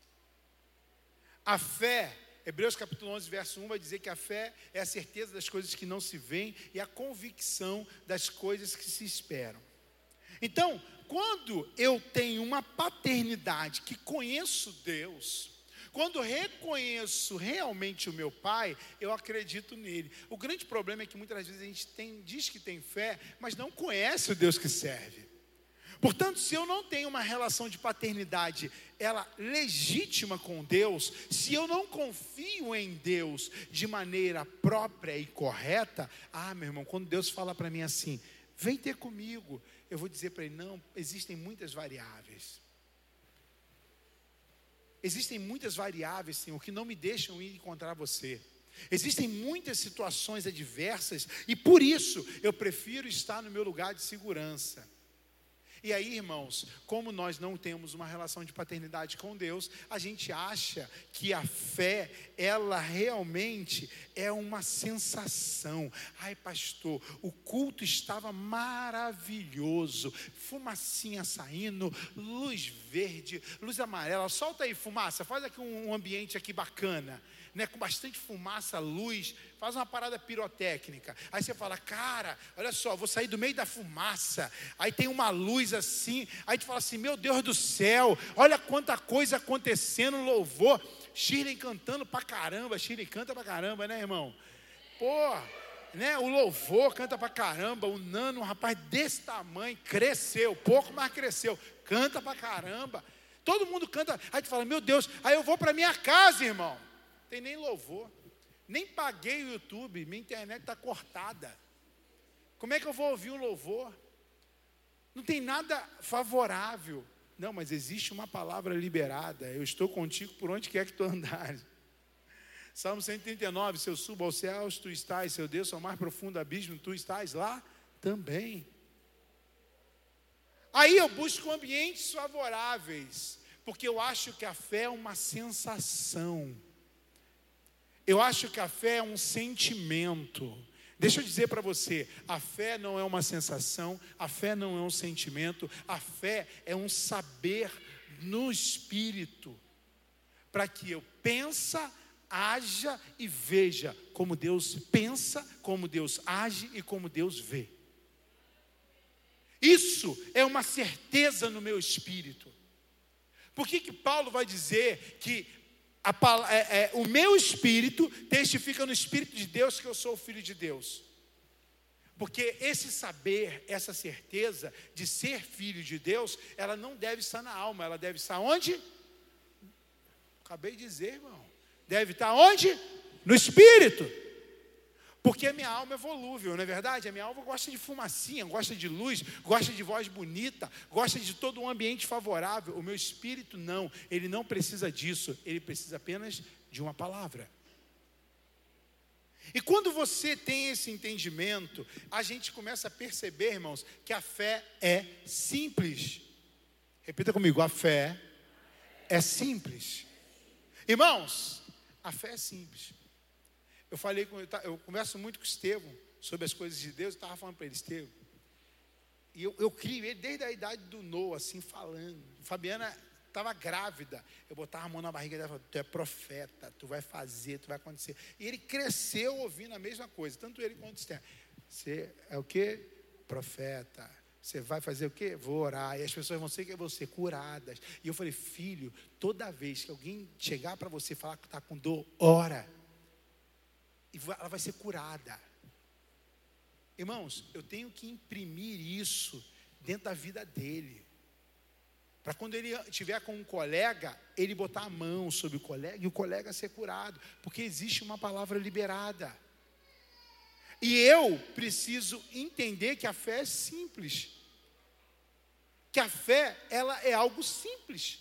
A fé, Hebreus capítulo 11, verso 1, vai dizer que a fé é a certeza das coisas que não se veem e a convicção das coisas que se esperam. Então, quando eu tenho uma paternidade que conheço Deus, quando reconheço realmente o meu Pai, eu acredito nele. O grande problema é que muitas vezes a gente diz que tem fé, mas não conhece o Deus que serve. Portanto, se eu não tenho uma relação de paternidade, ela legítima com Deus, se eu não confio em Deus de maneira própria e correta, meu irmão, quando Deus fala para mim assim, vem ter comigo, eu vou dizer para ele, não, existem muitas variáveis. Existem muitas variáveis, Senhor, que não me deixam ir encontrar você. Existem muitas situações adversas e por isso eu prefiro estar no meu lugar de segurança. E aí, irmãos, como nós não temos uma relação de paternidade com Deus, a gente acha que a fé, ela realmente é uma sensação. Ai, pastor, o culto estava maravilhoso, fumacinha saindo, luz verde, luz amarela, solta aí fumaça, faz aqui um ambiente aqui bacana, né, com bastante fumaça, luz, faz uma parada pirotécnica. Aí você fala, cara, olha só, vou sair do meio da fumaça. Aí tem uma luz assim, aí tu fala assim, meu Deus do céu, olha quanta coisa acontecendo, louvor. Shirley cantando pra caramba, Shirley canta pra caramba, né, irmão? Pô, né, o louvor canta pra caramba, o Nano, um rapaz desse tamanho, cresceu, pouco, mas cresceu, canta pra caramba. Todo mundo canta, aí tu fala, meu Deus, aí eu vou pra minha casa, irmão. Tem nem louvor, nem paguei o YouTube, minha internet está cortada. Como é que eu vou ouvir um louvor? Não tem nada favorável. Não, mas existe uma palavra liberada. Eu estou contigo por onde quer que tu andares. Salmo 139, se eu subo aos céus, tu estás, se eu desço ao mais profundo abismo, tu estás lá também. Aí eu busco ambientes favoráveis, porque eu acho que a fé é uma sensação. Eu acho que a fé é um sentimento. Deixa eu dizer para você, a fé não é uma sensação, a fé não é um sentimento, a fé é um saber no Espírito, para que eu pense, haja e veja como Deus pensa, como Deus age e como Deus vê. Isso é uma certeza no meu espírito. Por que Paulo vai dizer que o meu espírito testifica no Espírito de Deus que eu sou o Filho de Deus? Porque esse saber, essa certeza de ser filho de Deus, ela não deve estar na alma, ela deve estar onde? Acabei de dizer, irmão. Deve estar onde? No Espírito. Porque a minha alma é volúvel, não é verdade? A minha alma gosta de fumacinha, gosta de luz, gosta de voz bonita, gosta de todo um ambiente favorável. O meu espírito não, ele não precisa disso, ele precisa apenas de uma palavra. E quando você tem esse entendimento, a gente começa a perceber, irmãos, que a fé é simples. Repita comigo, a fé é simples. Irmãos, a fé é simples. Eu converso muito com o Estevão sobre as coisas de Deus. Eu estava falando para ele, Estevão, e eu crio ele desde a idade do Noah, assim, falando. Fabiana estava grávida, eu botava a mão na barriga dela e falava, tu é profeta, tu vai fazer, tu vai acontecer. E ele cresceu ouvindo a mesma coisa, tanto ele quanto o Estevão. Você é o quê? Profeta. Você vai fazer o quê? Vou orar. E as pessoas vão ser curadas. E eu falei, filho, toda vez que alguém chegar para você e falar que está com dor, ora. E ela vai ser curada. Irmãos, eu tenho que imprimir isso dentro da vida dele. Para quando ele estiver com um colega, ele botar a mão sobre o colega e o colega ser curado. Porque existe uma palavra liberada. E eu preciso entender que a fé é simples. Que a fé, ela é algo simples.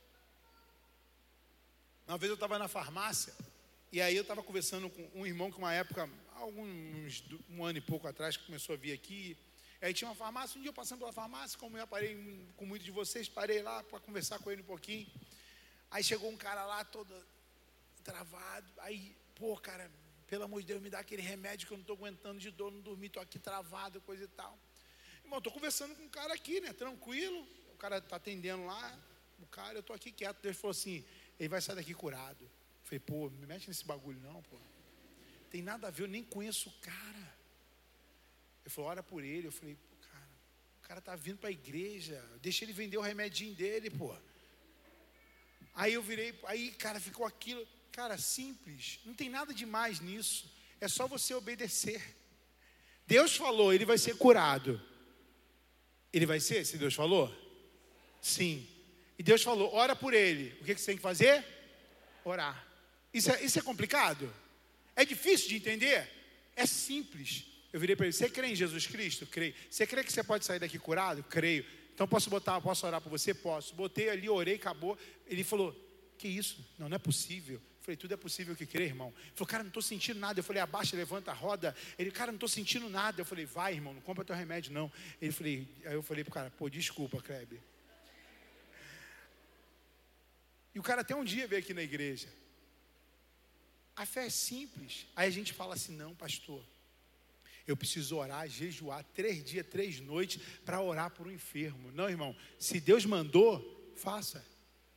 Uma vez eu estava na farmácia. E aí eu estava conversando com um irmão que uma época, um ano e pouco atrás, que começou a vir aqui. Aí tinha uma farmácia, um dia eu passando pela farmácia, como eu já parei com muitos de vocês, parei lá para conversar com ele um pouquinho. Aí chegou um cara lá todo travado. Aí, pô, cara, pelo amor de Deus, me dá aquele remédio que eu não estou aguentando de dor, não dormi, estou aqui travado, coisa e tal. Irmão, estou conversando com um cara aqui, né, tranquilo. O cara está atendendo lá, o cara, eu estou aqui quieto. Deus falou assim, ele vai sair daqui curado. Falei, pô, me mexe nesse bagulho não, pô. Tem nada a ver, eu nem conheço o cara. Ele falou, ora por ele. Eu falei, pô, cara, o cara tá vindo para a igreja, deixa ele vender o remedinho dele, pô. Aí eu virei, aí, cara, ficou aquilo, cara, simples, não tem nada demais nisso. É só você obedecer. Deus falou, ele vai ser curado. Ele vai ser, se Deus falou? Sim. E Deus falou, ora por ele. O que você tem que fazer? Orar. Isso é complicado? É difícil de entender? É simples. Eu virei para ele, você crê em Jesus Cristo? Creio. Você crê que você pode sair daqui curado? Creio. Então posso orar por você? Posso. Botei ali, orei, acabou. Ele falou, que isso? Não é possível. falei, tudo é possível que crê, irmão. Ele falou, cara, não estou sentindo nada. Eu falei, abaixa, levanta, roda. Ele, cara, não estou sentindo nada. Eu falei, vai, irmão, não compra teu remédio, não. Aí eu falei pro cara, pô, desculpa, Kleber. E o cara até um dia veio aqui na igreja. A fé é simples. Aí a gente fala assim, não, pastor, eu preciso orar, jejuar 3 dias, 3 noites para orar por um enfermo. Não, irmão, se Deus mandou, faça.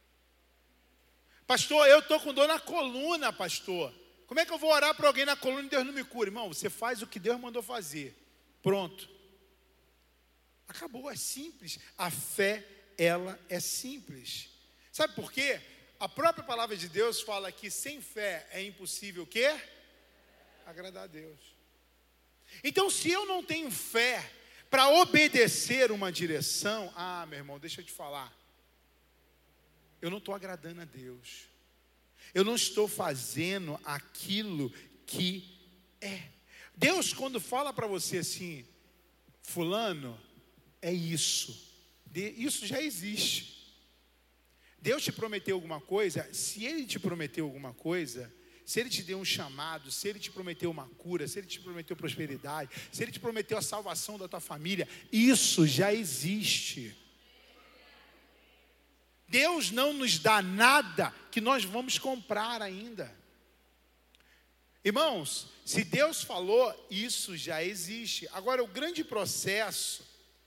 Pastor, eu estou com dor na coluna, pastor. Como é que eu vou orar para alguém na coluna e Deus não me cura? Irmão, você faz o que Deus mandou fazer. Pronto. Acabou, é simples. A fé, ela é simples. Sabe por quê? A própria palavra de Deus fala que sem fé é impossível o quê? Agradar a Deus. Então, se eu não tenho fé para obedecer uma direção, meu irmão, deixa eu te falar. Eu não estou agradando a Deus. Eu não estou fazendo aquilo que é. Deus, quando fala para você assim, fulano, é isso. Isso já existe. Deus te prometeu alguma coisa, se Ele te prometeu alguma coisa, se Ele te deu um chamado, se Ele te prometeu uma cura, se Ele te prometeu prosperidade, se Ele te prometeu a salvação da tua família, isso já existe. Deus não nos dá nada que nós vamos comprar ainda. Irmãos, se Deus falou, isso já existe. Agora, o grande processo,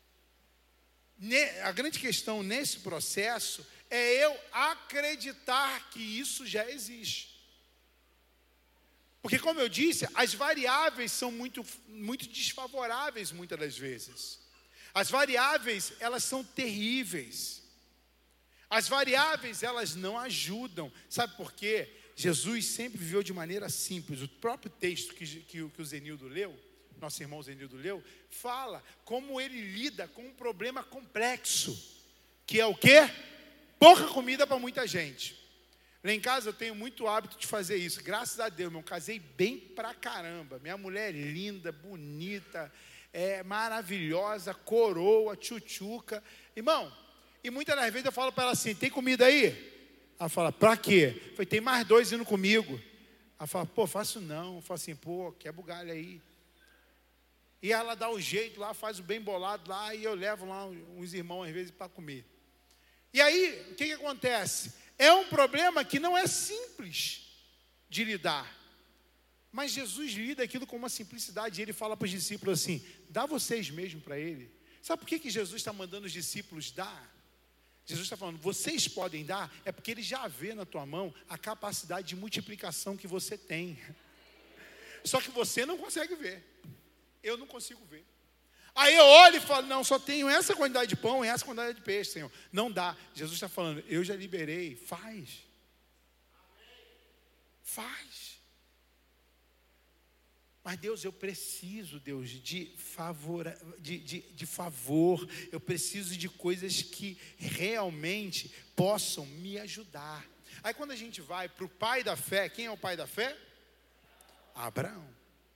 a grande questão nesse processo é eu acreditar que isso já existe. Porque, como eu disse, as variáveis são muito desfavoráveis muitas das vezes. As variáveis, elas são terríveis. As variáveis, elas não ajudam. Sabe por quê? Jesus sempre viveu de maneira simples. O próprio texto que o Zenildo leu, nosso irmão Zenildo leu, fala como ele lida com um problema complexo, que é o quê? Pouca comida para muita gente. Lá em casa eu tenho muito hábito de fazer isso. Graças a Deus, meu, casei bem pra caramba. Minha mulher é linda, bonita, maravilhosa, coroa, tchutchuca. Irmão, e muitas das vezes eu falo para ela assim, tem comida aí? Ela fala, pra quê? Eu falei, tem mais 2 indo comigo. Ela fala, pô, faço não. Eu falo assim, pô, quebra o galho aí. E ela dá o jeito lá, faz o bem bolado lá, e eu levo lá uns irmãos às vezes para comer. E aí, o que acontece? É um problema que não é simples de lidar. Mas Jesus lida aquilo com uma simplicidade. E Ele fala para os discípulos assim, dá vocês mesmo para Ele. Sabe por que Jesus está mandando os discípulos dar? Jesus está falando, vocês podem dar, é porque Ele já vê na tua mão a capacidade de multiplicação que você tem. Só que você não consegue ver. Eu não consigo ver. Aí eu olho e falo, não, só tenho essa quantidade de pão e essa quantidade de peixe, Senhor. Não dá. Jesus está falando, eu já liberei, faz. Faz. Mas Deus, eu preciso, Deus, de favor, eu preciso de coisas que realmente possam me ajudar. Aí quando a gente vai para o pai da fé, quem é o pai da fé? Abraão.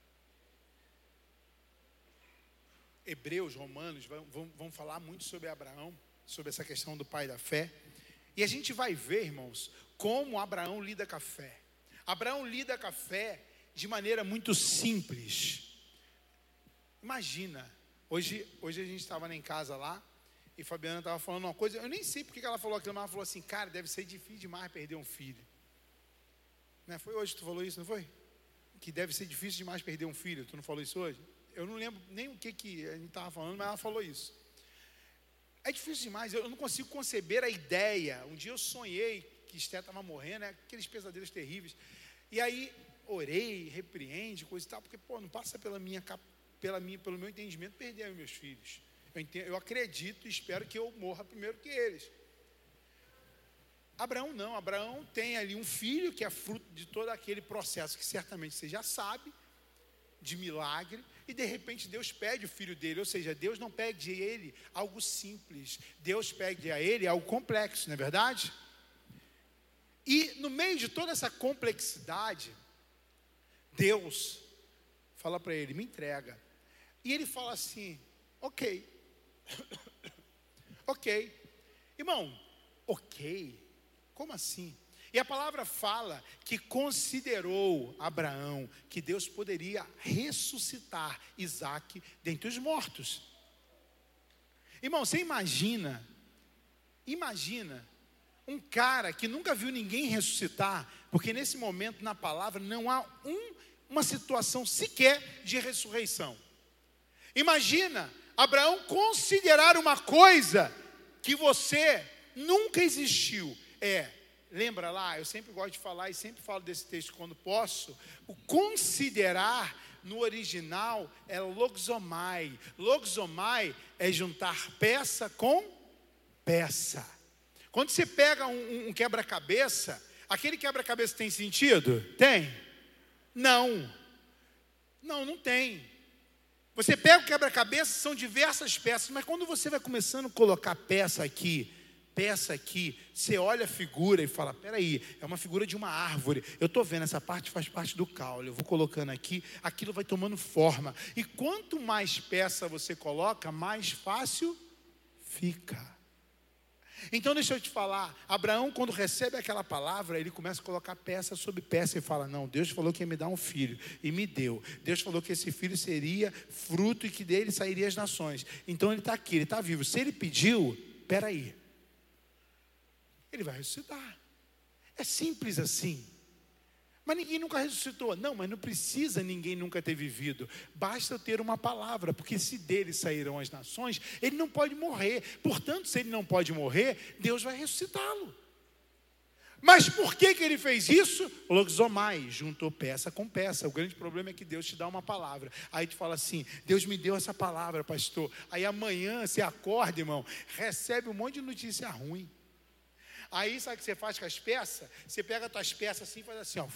Hebreus, Romanos, vão falar muito sobre Abraão, sobre essa questão do pai da fé. E a gente vai ver, irmãos, como Abraão lida com a fé. Abraão lida com a fé de maneira muito simples. Imagina, hoje a gente estava lá em casa lá, e Fabiana estava falando uma coisa, eu nem sei porque ela falou aquilo, mas ela falou assim, cara, deve ser difícil demais perder um filho. Né? Foi hoje que tu falou isso, não foi? Que deve ser difícil demais perder um filho, tu não falou isso hoje? Eu não lembro nem o que a gente estava falando, mas ela falou isso. É difícil demais, eu não consigo conceber a ideia. Um dia eu sonhei que Esté estava morrendo, né? Aqueles pesadelos terríveis. E aí, orei, repreende, coisa e tal, porque, não passa pelo meu entendimento perder os meus filhos. Eu acredito e espero que eu morra primeiro que eles. Abraão não, Abraão tem ali um filho que é fruto de todo aquele processo que certamente você já sabe, de milagre, e de repente Deus pede o filho dele, ou seja, Deus não pede a ele algo simples, Deus pede a ele algo complexo, não é verdade? E no meio de toda essa complexidade, Deus fala para ele, me entrega. E ele fala assim, ok. Ok. Irmão, ok? Como assim? E a palavra fala que considerou Abraão que Deus poderia ressuscitar Isaque dentre os mortos. Irmão, você imagina um cara que nunca viu ninguém ressuscitar, porque nesse momento na palavra não há uma situação sequer de ressurreição. Imagina Abraão considerar uma coisa que você nunca existiu. Lembra lá, eu sempre gosto de falar e sempre falo desse texto quando posso. O considerar no original é logzomai. Logzomai é juntar peça com peça. Quando você pega um quebra-cabeça, aquele quebra-cabeça tem sentido? Tem? Não tem. Você pega o quebra-cabeça, são diversas peças, mas quando você vai começando a colocar peça aqui, você olha a figura e fala, peraí, é uma figura de uma árvore, eu estou vendo, essa parte faz parte do caule, eu vou colocando aqui, aquilo vai tomando forma, e quanto mais peça você coloca, mais fácil fica. Então deixa eu te falar, Abraão quando recebe aquela palavra, ele começa a colocar peça sobre peça e fala, não, Deus falou que ia me dar um filho, e me deu. Deus falou que esse filho seria fruto e que dele sairiam as nações. Então ele está aqui, ele está vivo. Se ele pediu, peraí, ele vai ressuscitar. É simples assim. Mas ninguém nunca ressuscitou. Não, mas não precisa ninguém nunca ter vivido. Basta eu ter uma palavra, porque se dele sairão as nações, ele não pode morrer. Portanto, se ele não pode morrer, Deus vai ressuscitá-lo. Mas por que ele fez isso? Logzomai, juntou peça com peça. O grande problema é que Deus te dá uma palavra. Aí tu fala assim, Deus me deu essa palavra, pastor. Aí amanhã você acorda, irmão, recebe um monte de notícia ruim. Aí sabe o que você faz com as peças? Você pega as tuas peças assim e faz assim, ó,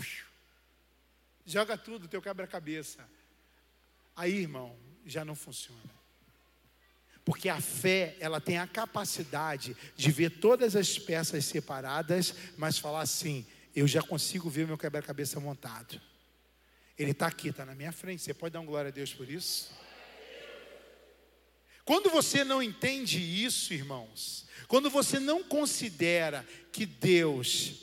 joga tudo, teu quebra-cabeça. Aí, irmão, já não funciona. Porque a fé, ela tem a capacidade de ver todas as peças separadas, mas falar assim, eu já consigo ver meu quebra-cabeça montado. Ele está aqui, está na minha frente. Você pode dar um glória a Deus por isso? Quando você não entende isso, irmãos, quando você não considera que Deus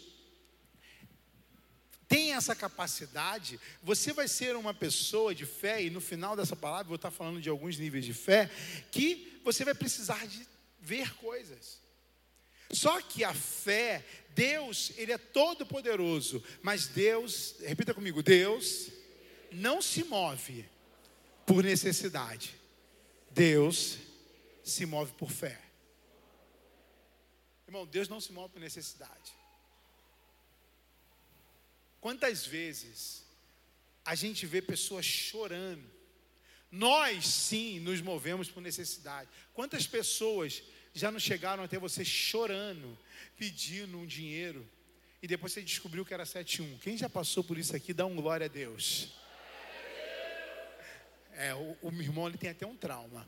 tem essa capacidade, você vai ser uma pessoa de fé, e no final dessa palavra, vou estar falando de alguns níveis de fé, que você vai precisar de ver coisas. Só que a fé, Deus, Ele é todo poderoso, mas Deus, repita comigo, Deus não se move por necessidade. Deus se move por fé. Irmão, Deus não se move por necessidade. Quantas vezes a gente vê pessoas chorando? Nós sim nos movemos por necessidade. Quantas pessoas já não chegaram até você chorando, pedindo um dinheiro, e depois você descobriu que era 71? Quem já passou por isso aqui, dá um glória a Deus. O meu irmão, ele tem até um trauma.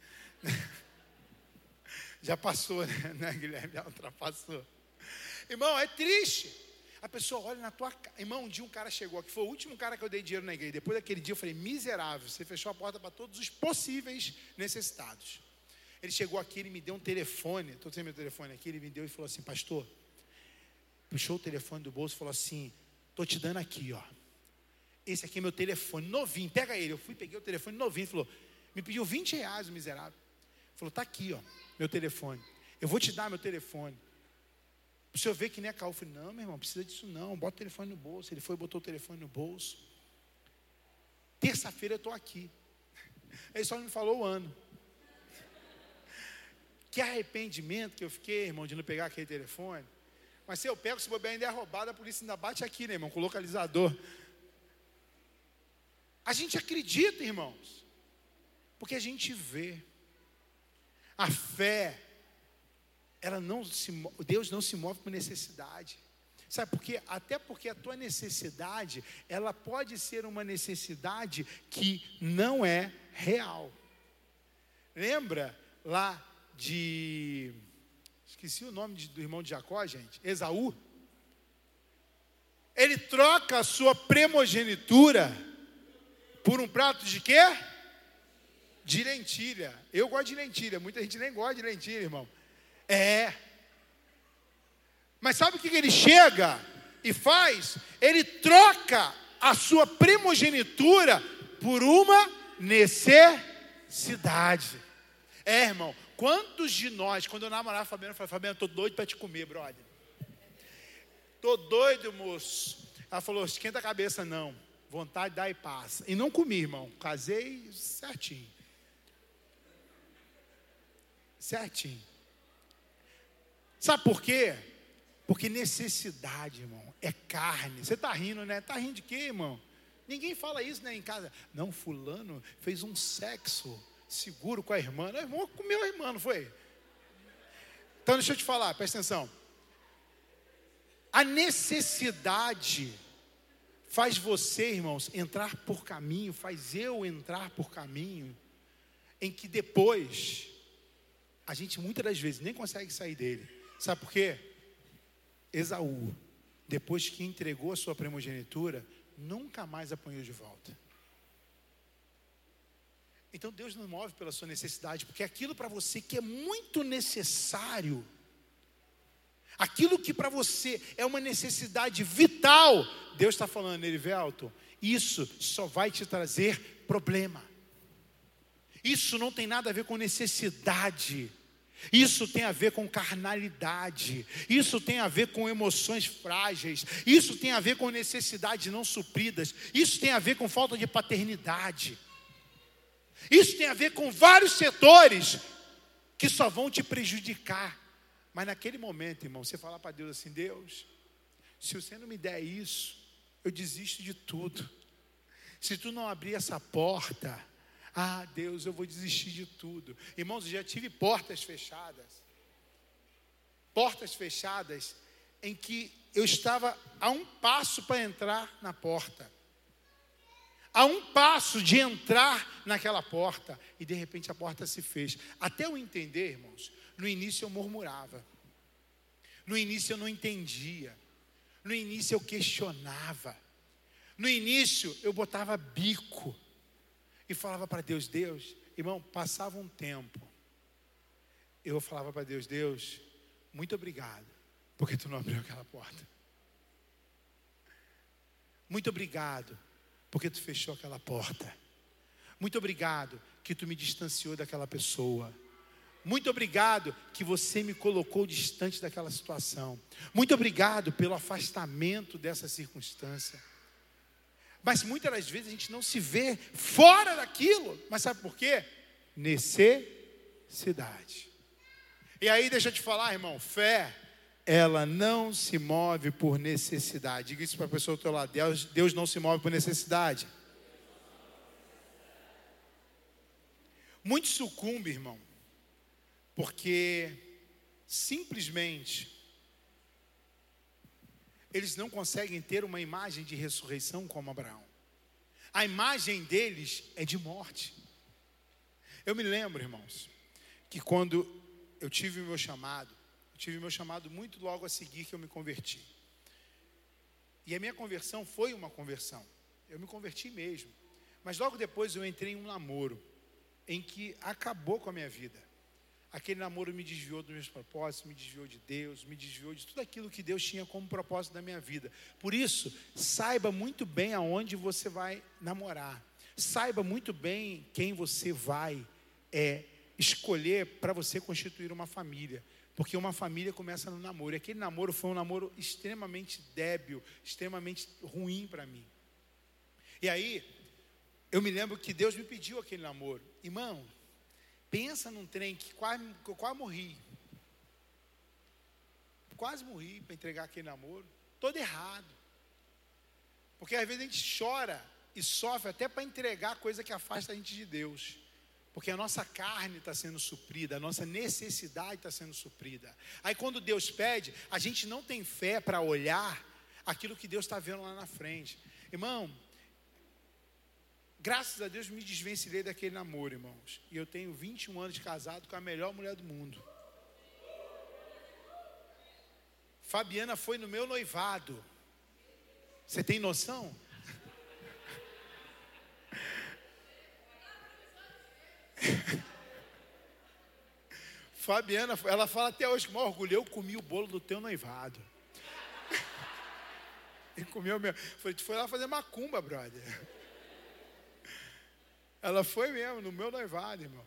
Já passou, né, Guilherme? Já ultrapassou. Irmão, é triste. A pessoa olha na tua cara. Irmão, um dia um cara chegou aqui, foi o último cara que eu dei dinheiro na igreja. Depois daquele dia eu falei, miserável, você fechou a porta para todos os possíveis necessitados. Ele chegou aqui, ele me deu um telefone. Estou sem meu telefone aqui, ele me deu e falou assim, pastor, puxou o telefone do bolso e falou assim, estou te dando aqui, ó. Esse aqui é meu telefone, novinho, pega ele. Eu fui, peguei o telefone novinho, falou, me pediu R$20, o miserável. Falou, tá aqui, ó, meu telefone. Eu vou te dar meu telefone. O senhor vê que nem é caô. Eu falei, não, meu irmão, precisa disso não. Bota o telefone no bolso. Ele foi e botou o telefone no bolso. Terça-feira eu estou aqui. Ele só não me falou o ano. Que arrependimento que eu fiquei, irmão, de não pegar aquele telefone. Mas se eu pego, se bobear ainda é roubado, a polícia ainda bate aqui, né, irmão, com o localizador. A gente acredita, irmãos, porque a gente vê. A fé, Deus não se move por necessidade. Sabe por quê? Até porque a tua necessidade, ela pode ser uma necessidade que não é real. Lembra lá de... Esqueci o nome do irmão de Jacó, gente. Esaú. Ele troca a sua primogenitura por um prato de quê? De lentilha. Eu gosto de lentilha. Muita gente nem gosta de lentilha, irmão. Mas sabe o que ele chega? e faz? Ele troca a sua primogenitura por uma necessidade. Irmão, quantos de nós, quando eu namorava a Fabiana, eu falei, Fabiana, eu tô doido para te comer, brother. Tô doido, moço. Ela falou, esquenta a cabeça não, vontade dá e passa. E não comi, irmão, casei certinho. Certinho. Sabe por quê? Porque necessidade, irmão, é carne. Você está rindo, né? Está rindo de quê, irmão? Ninguém fala isso, né, em casa. Não, fulano fez um sexo seguro com a irmã. O irmão comeu a irmã, não foi? Então, deixa eu te falar, presta atenção. A necessidade faz você, irmãos, entrar por caminho, faz eu entrar por caminho, em que depois, a gente muitas das vezes nem consegue sair dele. Sabe por quê? Esaú, depois que entregou a sua primogenitura, nunca mais apanhou de volta. Então Deus não move pela sua necessidade, porque aquilo para você que é muito necessário, aquilo que para você é uma necessidade vital, Deus está falando, Erivelton, isso só vai te trazer problema. Isso não tem nada a ver com necessidade. Isso tem a ver com carnalidade. Isso tem a ver com emoções frágeis. Isso tem a ver com necessidades não supridas. Isso tem a ver com falta de paternidade. Isso tem a ver com vários setores que só vão te prejudicar. Mas naquele momento, irmão, você falar para Deus assim, Deus, se você não me der isso, eu desisto de tudo. Se tu não abrir essa porta, Deus, eu vou desistir de tudo. Irmãos, eu já tive portas fechadas. Portas fechadas em que eu estava a um passo para entrar na porta. A um passo de entrar naquela porta. E de repente a porta se fez. Até eu entender, irmãos, no início eu murmurava. No início eu não entendia. No início eu questionava. No início eu botava bico. E falava para Deus, irmão, passava um tempo. Eu falava para Deus, muito obrigado, porque tu não abriu aquela porta. Muito obrigado, porque tu fechou aquela porta. Muito obrigado que tu me distanciou daquela pessoa. Muito obrigado que você me colocou distante daquela situação. Muito obrigado pelo afastamento dessa circunstância. Mas muitas das vezes a gente não se vê fora daquilo. Mas sabe por quê? Necessidade. E aí deixa eu te falar, irmão, fé, ela não se move por necessidade. Diga isso para a pessoa do teu lado. Deus não se move por necessidade. Muitos sucumbem, irmão, porque simplesmente eles não conseguem ter uma imagem de ressurreição como Abraão. A imagem deles é de morte. Eu me lembro, irmãos, que quando eu tive o meu chamado muito logo a seguir que eu me converti. E a minha conversão foi uma conversão. Eu me converti mesmo. Mas logo depois eu entrei em um namoro em que acabou com a minha vida. Aquele namoro me desviou dos meus propósitos, me desviou de Deus, me desviou de tudo aquilo que Deus tinha como propósito da minha vida. Por isso, saiba muito bem aonde você vai namorar. Saiba muito bem quem você vai escolher para você constituir uma família. Porque uma família começa no namoro. E aquele namoro foi um namoro extremamente débil, extremamente ruim para mim. E aí, eu me lembro que Deus me pediu aquele namoro. Irmão, pensa num trem que eu quase morri. Quase morri para entregar aquele namoro. Todo errado. Porque às vezes a gente chora e sofre até para entregar coisa que afasta a gente de Deus. Porque a nossa carne está sendo suprida, a nossa necessidade está sendo suprida. Aí quando Deus pede, a gente não tem fé para olhar aquilo que Deus está vendo lá na frente. Irmão, graças a Deus me desvencilhei daquele namoro, irmãos. E eu tenho 21 anos de casado com a melhor mulher do mundo. Fabiana foi no meu noivado. Você tem noção? Fabiana, ela fala até hoje com o maior orgulho, eu comi o bolo do teu noivado. comeu mesmo. Falei, tu foi lá fazer macumba, brother. Ela foi mesmo, no meu noivado, irmão.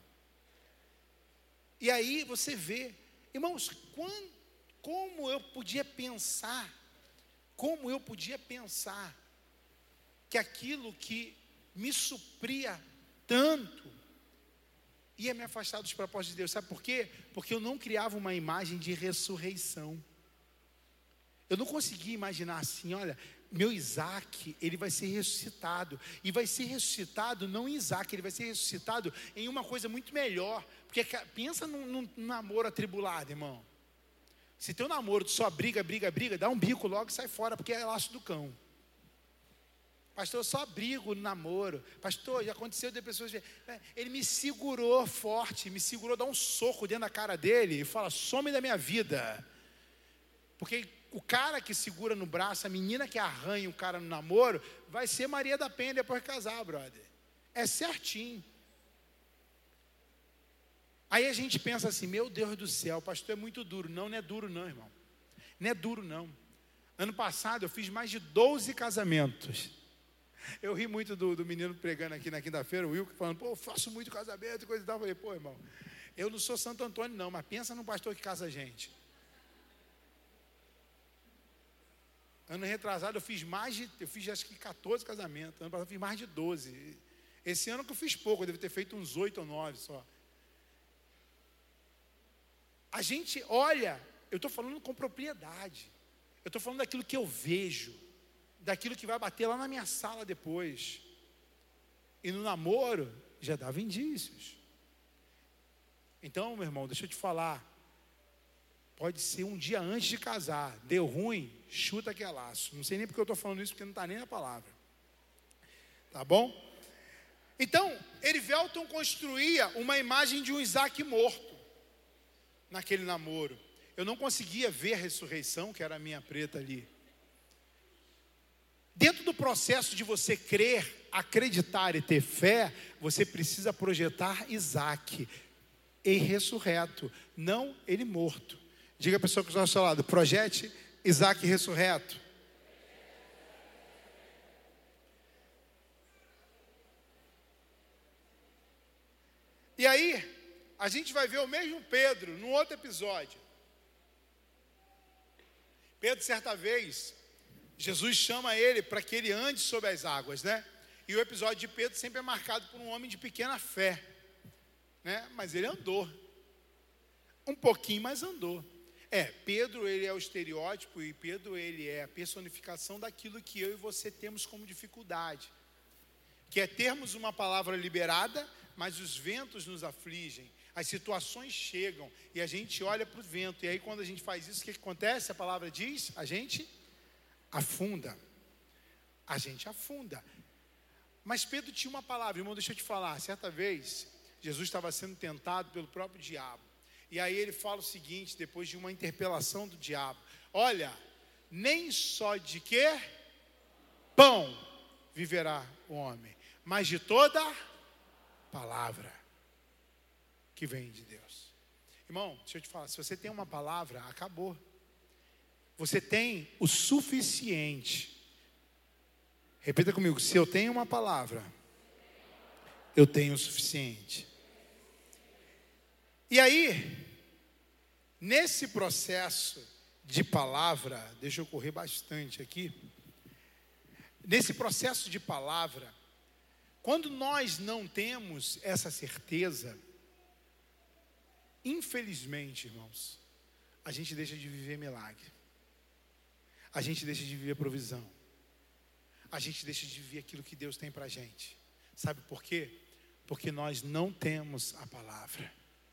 E aí você vê, irmãos, como eu podia pensar que aquilo que me supria tanto ia me afastar dos propósitos de Deus. Sabe por quê? Porque eu não criava uma imagem de ressurreição. Eu não conseguia imaginar assim, olha, meu Isaac, ele vai ser ressuscitado. E vai ser ressuscitado não em Isaac, ele vai ser ressuscitado em uma coisa muito melhor. Porque pensa num namoro atribulado, irmão. Se teu namoro só briga, dá um bico logo e sai fora, porque é laço do cão. Pastor, eu só brigo no namoro. Pastor, já aconteceu de pessoas... Ele me segurou forte, dá um soco dentro da cara dele e fala, some da minha vida. Porque o cara que segura no braço, a menina que arranha o cara no namoro, vai ser Maria da Penha depois de casar, brother. É certinho. Aí a gente pensa assim, meu Deus do céu, o pastor é muito duro. Não é duro não, irmão. Não é duro não. Ano passado eu fiz mais de 12 casamentos. Eu ri muito do menino pregando aqui na quinta-feira, o Wilco, falando, pô, eu faço muito casamento e coisa e tal. Eu falei, pô, irmão, eu não sou Santo Antônio não, mas pensa num pastor que casa gente. Ano retrasado eu fiz acho que 14 casamentos. Ano passado eu fiz mais de 12. Esse ano que eu fiz pouco, eu devo ter feito uns 8 ou 9 só. A gente olha, eu estou falando com propriedade. Eu estou falando daquilo que eu vejo, daquilo que vai bater lá na minha sala depois. E no namoro, já dava indícios. Então, meu irmão, deixa eu te falar. Pode ser um dia antes de casar. Deu ruim, chuta que é laço. Não sei nem porque eu estou falando isso, porque não está nem na palavra. Tá bom? Então, Erivelton construía uma imagem de um Isaac morto naquele namoro. Eu não conseguia ver a ressurreição, que era a minha preta ali. Dentro do processo de você crer, acreditar e ter fé, você precisa projetar Isaac e ressurreto, não ele morto. Diga a pessoa que está ao seu lado, projete Isaac ressurreto. E aí, a gente vai ver o mesmo Pedro num outro episódio. Pedro, certa vez, Jesus chama ele para que ele ande sobre as águas, né? E o episódio de Pedro sempre é marcado por um homem de pequena fé, né? Mas ele andou. Um pouquinho, mas andou. Pedro, ele é o estereótipo e Pedro, ele é a personificação daquilo que eu e você temos como dificuldade. Que é termos uma palavra liberada, mas os ventos nos afligem. As situações chegam e a gente olha para o vento. E aí quando a gente faz isso, o que acontece? A palavra diz, a gente afunda. A gente afunda. Mas Pedro tinha uma palavra, irmão, deixa eu te falar. Certa vez, Jesus estava sendo tentado pelo próprio diabo. E aí ele fala o seguinte, depois de uma interpelação do diabo. Olha, nem só de quê? Pão viverá o homem, mas de toda palavra que vem de Deus. Irmão, deixa eu te falar, se você tem uma palavra, acabou. Você tem o suficiente. Repita comigo, se eu tenho uma palavra, eu tenho o suficiente. E aí, nesse processo de palavra, deixa eu correr bastante aqui. Nesse processo de palavra, quando nós não temos essa certeza, infelizmente, irmãos, a gente deixa de viver milagre. A gente deixa de viver provisão. A gente deixa de viver aquilo que Deus tem para a gente. Sabe por quê? Porque nós não temos a palavra.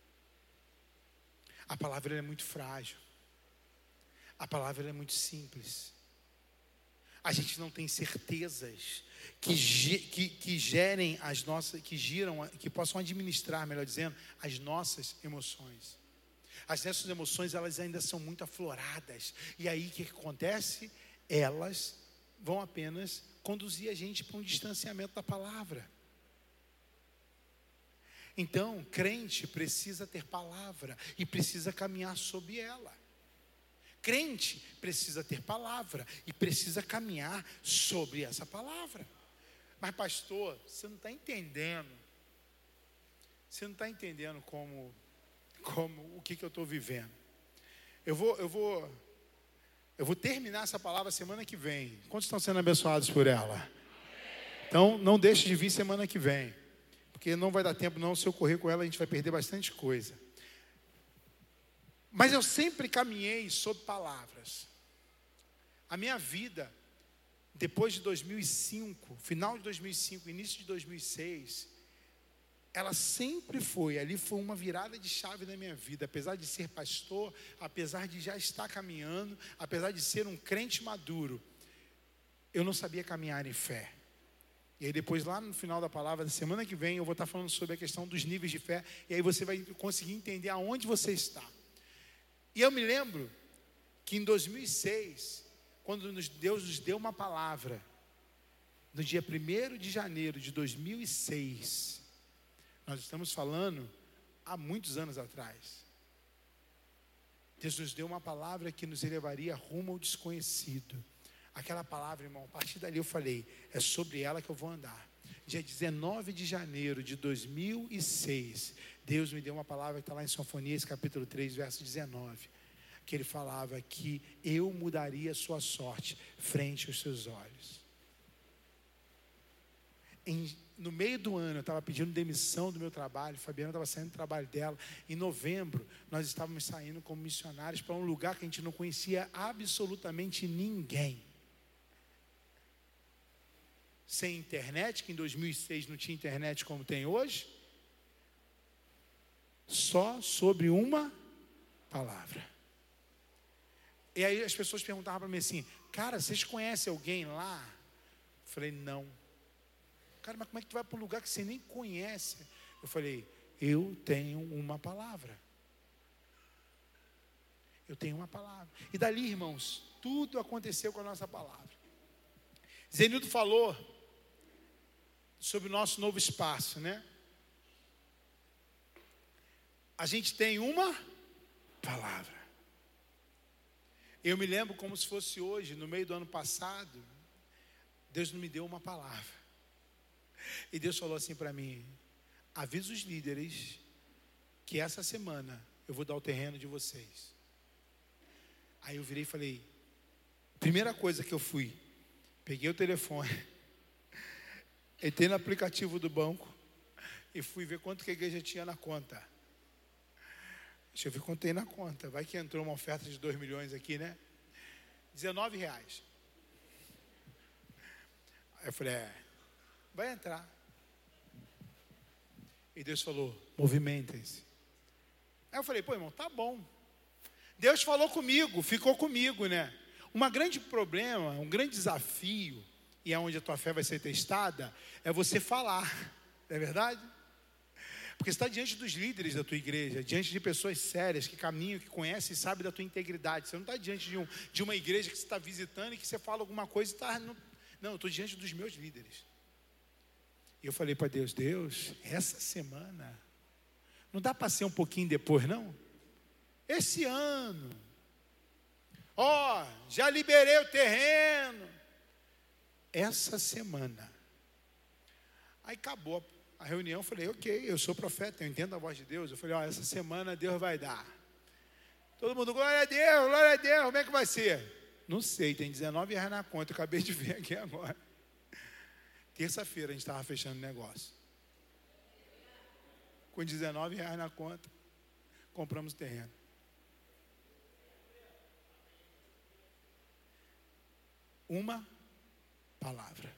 A palavra é muito frágil. A palavra é muito simples. A gente não tem certezas que gerem as nossas, que possam administrar, melhor dizendo, as nossas emoções. As nossas emoções, elas ainda são muito afloradas. E aí o que acontece? Elas vão apenas conduzir a gente para um distanciamento da palavra. Então, crente precisa ter palavra e precisa caminhar sob ela. crente precisa ter palavra e precisa caminhar sobre essa palavra. Mas pastor, você não está entendendo. Você não está entendendo como o que eu estou vivendo. Eu vou terminar essa palavra semana que vem. Quantos estão sendo abençoados por ela? Então, não deixe de vir semana que vem. Porque não vai dar tempo não, se eu correr com ela, a gente vai perder bastante coisa. Mas eu sempre caminhei sob palavras. A minha vida, depois de 2005, final de 2005, início de 2006, ela sempre foi, ali foi uma virada de chave na minha vida. Apesar de ser pastor, apesar de já estar caminhando, apesar de ser um crente maduro, eu não sabia caminhar em fé. E aí depois lá no final da palavra, da semana que vem, eu vou estar falando sobre a questão dos níveis de fé. E aí você vai conseguir entender aonde você está. E eu me lembro que em 2006, quando Deus nos deu uma palavra, no dia 1º de janeiro de 2006, nós estamos falando há muitos anos atrás. Deus nos deu uma palavra que nos elevaria rumo ao desconhecido. Aquela palavra, irmão, a partir dali eu falei, é sobre ela que eu vou andar. Dia 19 de janeiro de 2006, Deus me deu uma palavra que está lá em Sofonias, capítulo 3, verso 19. Que ele falava que eu mudaria a sua sorte frente aos seus olhos. No meio do ano, eu estava pedindo demissão do meu trabalho, Fabiana estava saindo do trabalho dela. Em novembro, nós estávamos saindo como missionários para um lugar que a gente não conhecia absolutamente ninguém. Sem internet, que em 2006 não tinha internet como tem hoje. Só sobre uma palavra. E aí as pessoas perguntavam para mim assim, cara, vocês conhecem alguém lá? Eu falei, não. Cara, mas como é que tu vai para um lugar que você nem conhece? Eu falei, eu tenho uma palavra. Eu tenho uma palavra. E dali, irmãos, tudo aconteceu com a nossa palavra. Zenildo falou sobre o nosso novo espaço, né? A gente tem uma palavra. Eu me lembro como se fosse hoje, no meio do ano passado, Deus me deu uma palavra. E Deus falou assim para mim, avisa os líderes que essa semana eu vou dar o terreno de vocês. Aí eu virei e falei, primeira coisa que eu fui, peguei o telefone, entrei no aplicativo do banco e fui ver quanto que a igreja tinha na conta. Deixa eu ver quanto tem na conta. Vai que entrou uma oferta de 2 milhões aqui, né? R$19. Aí eu falei, vai entrar. E Deus falou, movimentem-se. Aí eu falei, pô, irmão, tá bom. Deus falou comigo, ficou comigo, né? Um grande problema, um grande desafio, e é onde a tua fé vai ser testada, é você falar, não é verdade? Porque você está diante dos líderes da tua igreja, diante de pessoas sérias, que caminham, que conhecem e sabem da tua integridade. Você não está diante de uma igreja que você está visitando e que você fala alguma coisa e está... Não, eu estou diante dos meus líderes. E eu falei para Deus, Deus, essa semana, não dá para ser um pouquinho depois, não? Esse ano, já liberei o terreno. Essa semana. Aí acabou a reunião, eu falei, ok, eu sou profeta, eu entendo a voz de Deus. Eu falei, essa semana Deus vai dar. Todo mundo, glória a Deus, como é que vai ser? Não sei, tem R$19 na conta, eu acabei de ver aqui agora. Terça-feira a gente estava fechando o negócio. Com R$19 na conta, compramos o terreno. Uma palavra.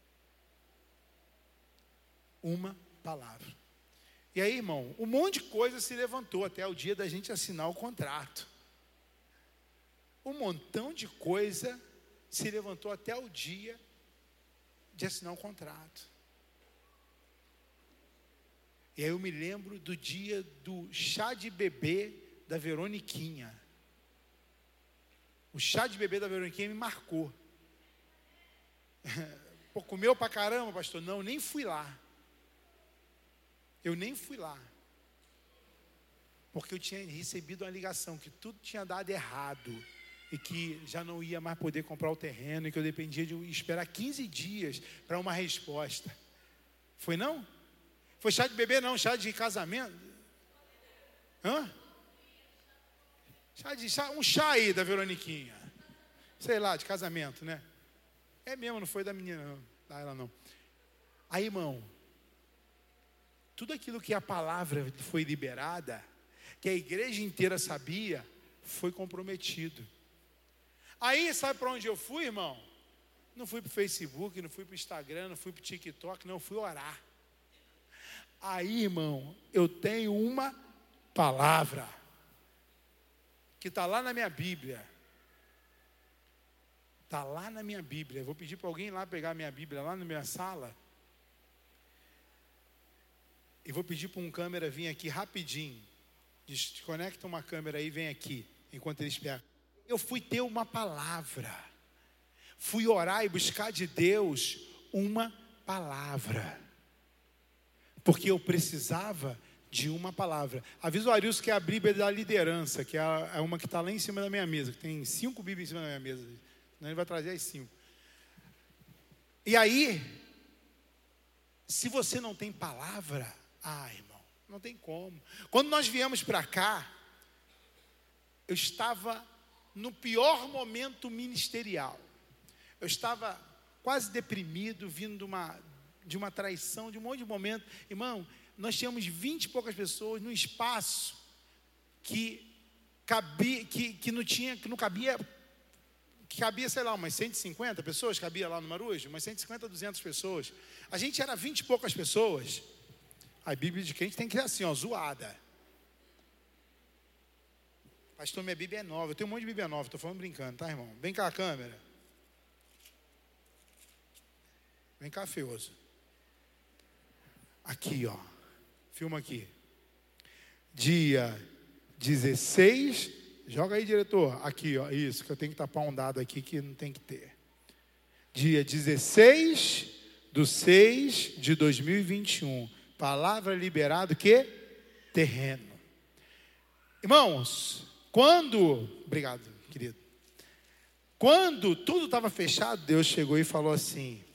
Uma palavra. E aí, irmão, um monte de coisa se levantou até o dia da gente assinar o contrato. Um montão de coisa se levantou até o dia de assinar o contrato. E aí eu me lembro do dia do chá de bebê da Veroniquinha. O chá de bebê da Veroniquinha me marcou. Pô, comeu pra caramba, pastor? Não, nem fui lá. Eu nem fui lá. Porque eu tinha recebido uma ligação que tudo tinha dado errado. e que já não ia mais poder comprar o terreno, e que eu dependia de esperar 15 dias para uma resposta. Foi não? Foi chá de bebê não, chá de casamento. Hã? Um chá aí da Veroniquinha. Sei lá, de casamento, né? É mesmo, não foi da menina não, da ela não. Aí, irmão, tudo aquilo que a palavra foi liberada, que a igreja inteira sabia, foi comprometido. Aí, sabe para onde eu fui, irmão? Não fui para o Facebook, não fui para o Instagram, não fui para o TikTok, não, fui orar. Aí, irmão, eu tenho uma palavra que está lá na minha Bíblia. Está lá na minha Bíblia. Eu vou pedir para alguém lá pegar a minha Bíblia lá na minha sala. E vou pedir para um câmera vir aqui rapidinho. Desconecta uma câmera aí, vem aqui, enquanto eles pegam. Eu fui ter uma palavra. Fui orar e buscar de Deus uma palavra. Porque eu precisava de uma palavra. Avisa o Arilson que é a Bíblia da liderança, que é uma que está lá em cima da minha mesa, que tem 5 Bíblias em cima da minha mesa. Ele vai trazer as 5. E aí, se você não tem palavra, irmão, não tem como. Quando nós viemos para cá, eu estava no pior momento ministerial. Eu estava quase deprimido, vindo de uma traição, de um monte de momento. Irmão, nós tínhamos 20 e poucas pessoas num espaço que não cabia, sei lá, umas 150 pessoas, cabia lá no Marujo, umas 150, 200 pessoas. A gente era 20 e poucas pessoas. A Bíblia de crente tem que ser assim, ó, zoada. Pastor, minha Bíblia é nova. Eu tenho um monte de Bíblia nova, estou falando brincando, tá, irmão? Vem cá, câmera. Vem cá, feioso. Aqui, ó. Filma aqui. Dia 16. Joga aí, diretor. Aqui, ó. Isso, que eu tenho que tapar um dado aqui que não tem que ter. Dia 16/6/2021. Palavra liberada, que? Terreno. Irmãos, obrigado, querido. Quando tudo estava fechado, Deus chegou e falou assim: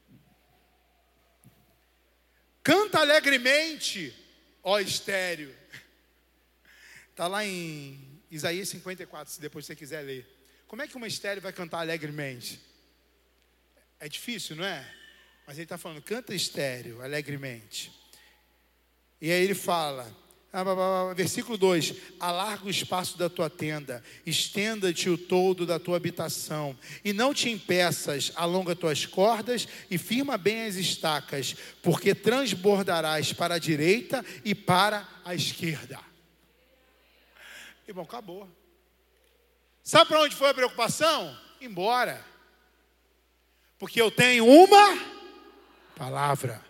canta alegremente, ó estéreo. Está lá em Isaías 54, se depois você quiser ler. Como é que uma estéreo vai cantar alegremente? É difícil, não é? Mas ele está falando, canta estéreo alegremente. E aí ele fala, versículo 2: alarga o espaço da tua tenda, estenda-te o toldo da tua habitação, e não te impeças, alonga tuas cordas e firma bem as estacas, porque transbordarás para a direita e para a esquerda. Irmão, acabou. Sabe para onde foi a preocupação? Embora. Porque eu tenho uma palavra.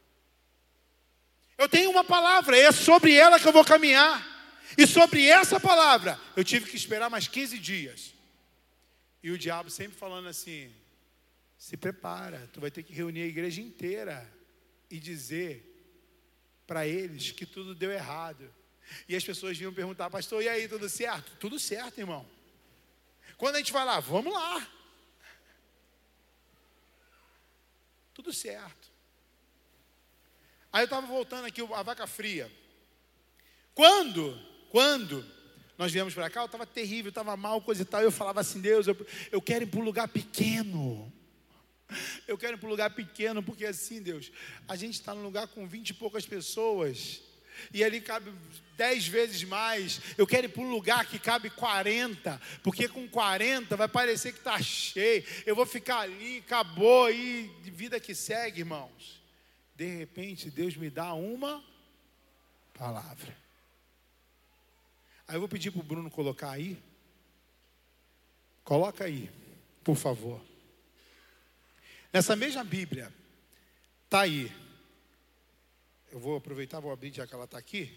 Eu tenho uma palavra, e é sobre ela que eu vou caminhar. E sobre essa palavra, eu tive que esperar mais 15 dias. E o diabo sempre falando assim, se prepara, tu vai ter que reunir a igreja inteira e dizer para eles que tudo deu errado. E as pessoas vinham perguntar, pastor, e aí, tudo certo? Tudo certo, irmão. Quando a gente vai lá, vamos lá. Tudo certo. Aí eu estava voltando aqui, a vaca fria. Quando nós viemos para cá, eu estava terrível, estava mal, coisa e tal. Eu falava assim, Deus, eu quero ir para um lugar pequeno. Eu quero ir para um lugar pequeno, porque assim, Deus, a gente está num lugar com 20 e poucas pessoas. E ali cabe 10 vezes mais. Eu quero ir para um lugar que cabe 40, porque com 40 vai parecer que está cheio. Eu vou ficar ali, acabou, e vida que segue, irmãos. De repente, Deus me dá uma palavra. Aí eu vou pedir para o Bruno colocar aí. Coloca aí, por favor. Nessa mesma Bíblia, está aí. Eu vou aproveitar, vou abrir já que ela está aqui.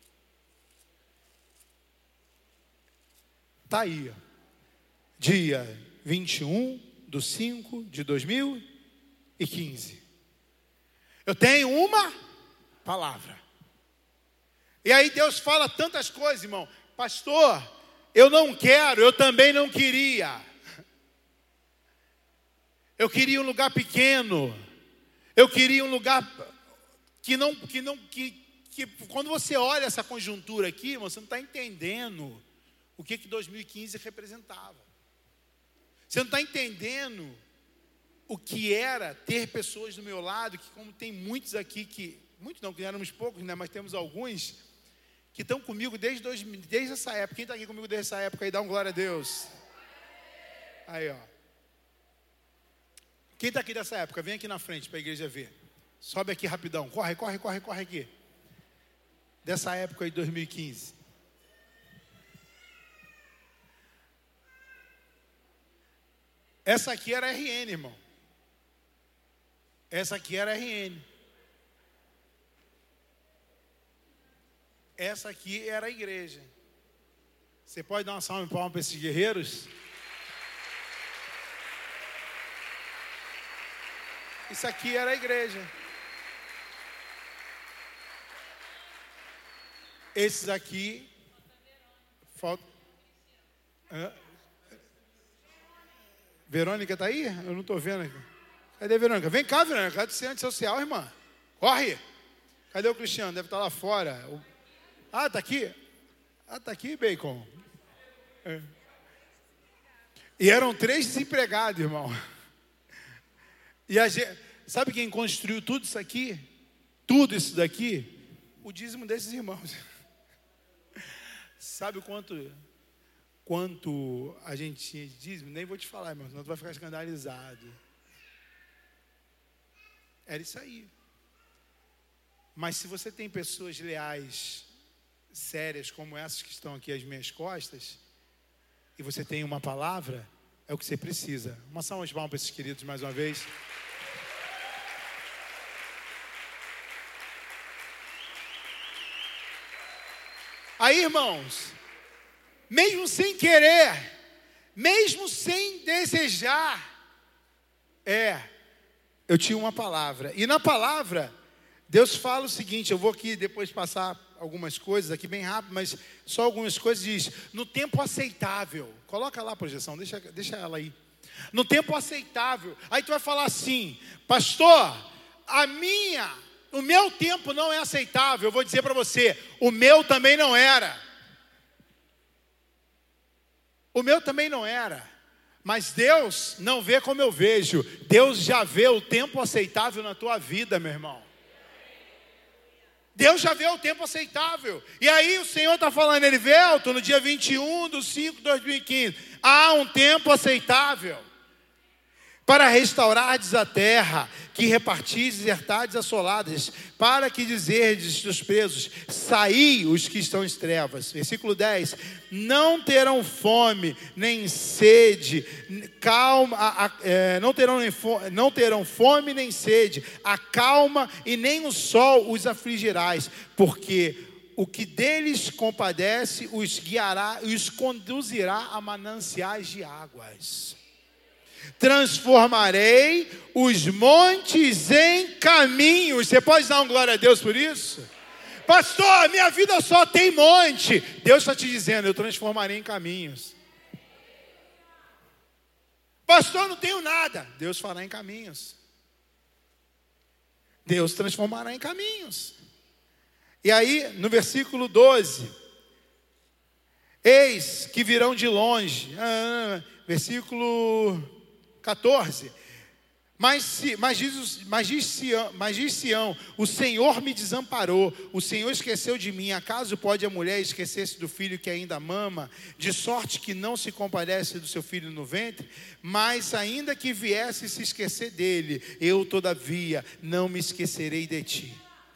Está aí, ó. Dia 21/5/2015. Eu tenho uma palavra. E aí Deus fala tantas coisas, irmão. Pastor, eu não quero, eu também não queria. Eu queria um lugar pequeno. Eu queria um lugar que quando você olha essa conjuntura aqui, irmão, você não está entendendo o que 2015 representava. Você não está entendendo o que era ter pessoas do meu lado, que como tem muitos aqui, muitos não, que éramos poucos, né, mas temos alguns, que estão comigo desde essa época. Quem está aqui comigo desde essa época aí, dá um glória a Deus. Aí, ó. Quem está aqui dessa época, vem aqui na frente para a igreja ver. Sobe aqui rapidão, corre aqui. Dessa época aí, 2015. Essa aqui era RN, irmão. Essa aqui era RN. Essa aqui era a igreja. Você pode dar uma salva de palmas para esses guerreiros? Isso aqui era a igreja. Esses aqui falta. Verônica está aí? Eu não estou vendo aqui. Cadê a Verônica? Vem cá, Verônica. Cadê o antissocial, irmã? Corre! Cadê o Cristiano? Deve estar lá fora. Ah, está aqui? Ah, está aqui, Bacon. E eram 3 desempregados, irmão. E sabe quem construiu tudo isso aqui? Tudo isso daqui? O dízimo desses irmãos. Sabe quanto a gente tinha de dízimo? Nem vou te falar, irmão, senão tu vai ficar escandalizado. Era isso aí. Mas se você tem pessoas leais, sérias, como essas que estão aqui às minhas costas, e você tem uma palavra, é o que você precisa. Uma salva de palmas para esses queridos mais uma vez. Aí, irmãos, mesmo sem querer, mesmo sem desejar, eu tinha uma palavra. E na palavra, Deus fala o seguinte, eu vou aqui depois passar algumas coisas aqui bem rápido, mas só algumas coisas. Diz, no tempo aceitável. Coloca lá a projeção, deixa ela aí. No tempo aceitável. Aí tu vai falar assim, pastor, o meu tempo não é aceitável. Eu vou dizer para você, o meu também não era. O meu também não era. Mas Deus não vê como eu vejo. Deus já vê o tempo aceitável na tua vida, meu irmão. Deus já vê o tempo aceitável. E aí o Senhor está falando, Erivelto, no dia 21/5/2015, há um tempo aceitável para restaurardes a terra, que repartis e hertardes assoladas, para que dizerdes dos presos, saí os que estão em trevas. Versículo 10, não terão fome, nem sede, não terão fome nem sede, a calma e nem o sol os afligirás, porque o que deles compadece os guiará e os conduzirá a mananciais de águas. Transformarei os montes em caminhos. Você pode dar um glória a Deus por isso? Pastor, minha vida só tem monte. Deus está te dizendo, eu transformarei em caminhos. Pastor, não tenho nada. Deus fará em caminhos. Deus transformará em caminhos. E aí, no versículo 12, eis que virão de longe. Versículo 14, mas diz Sião, o Senhor me desamparou, o Senhor esqueceu de mim. Acaso pode a mulher esquecer-se do filho que ainda mama, de sorte que não se compadece do seu filho no ventre? Mas ainda que viesse se esquecer dele, eu todavia não me esquecerei de ti.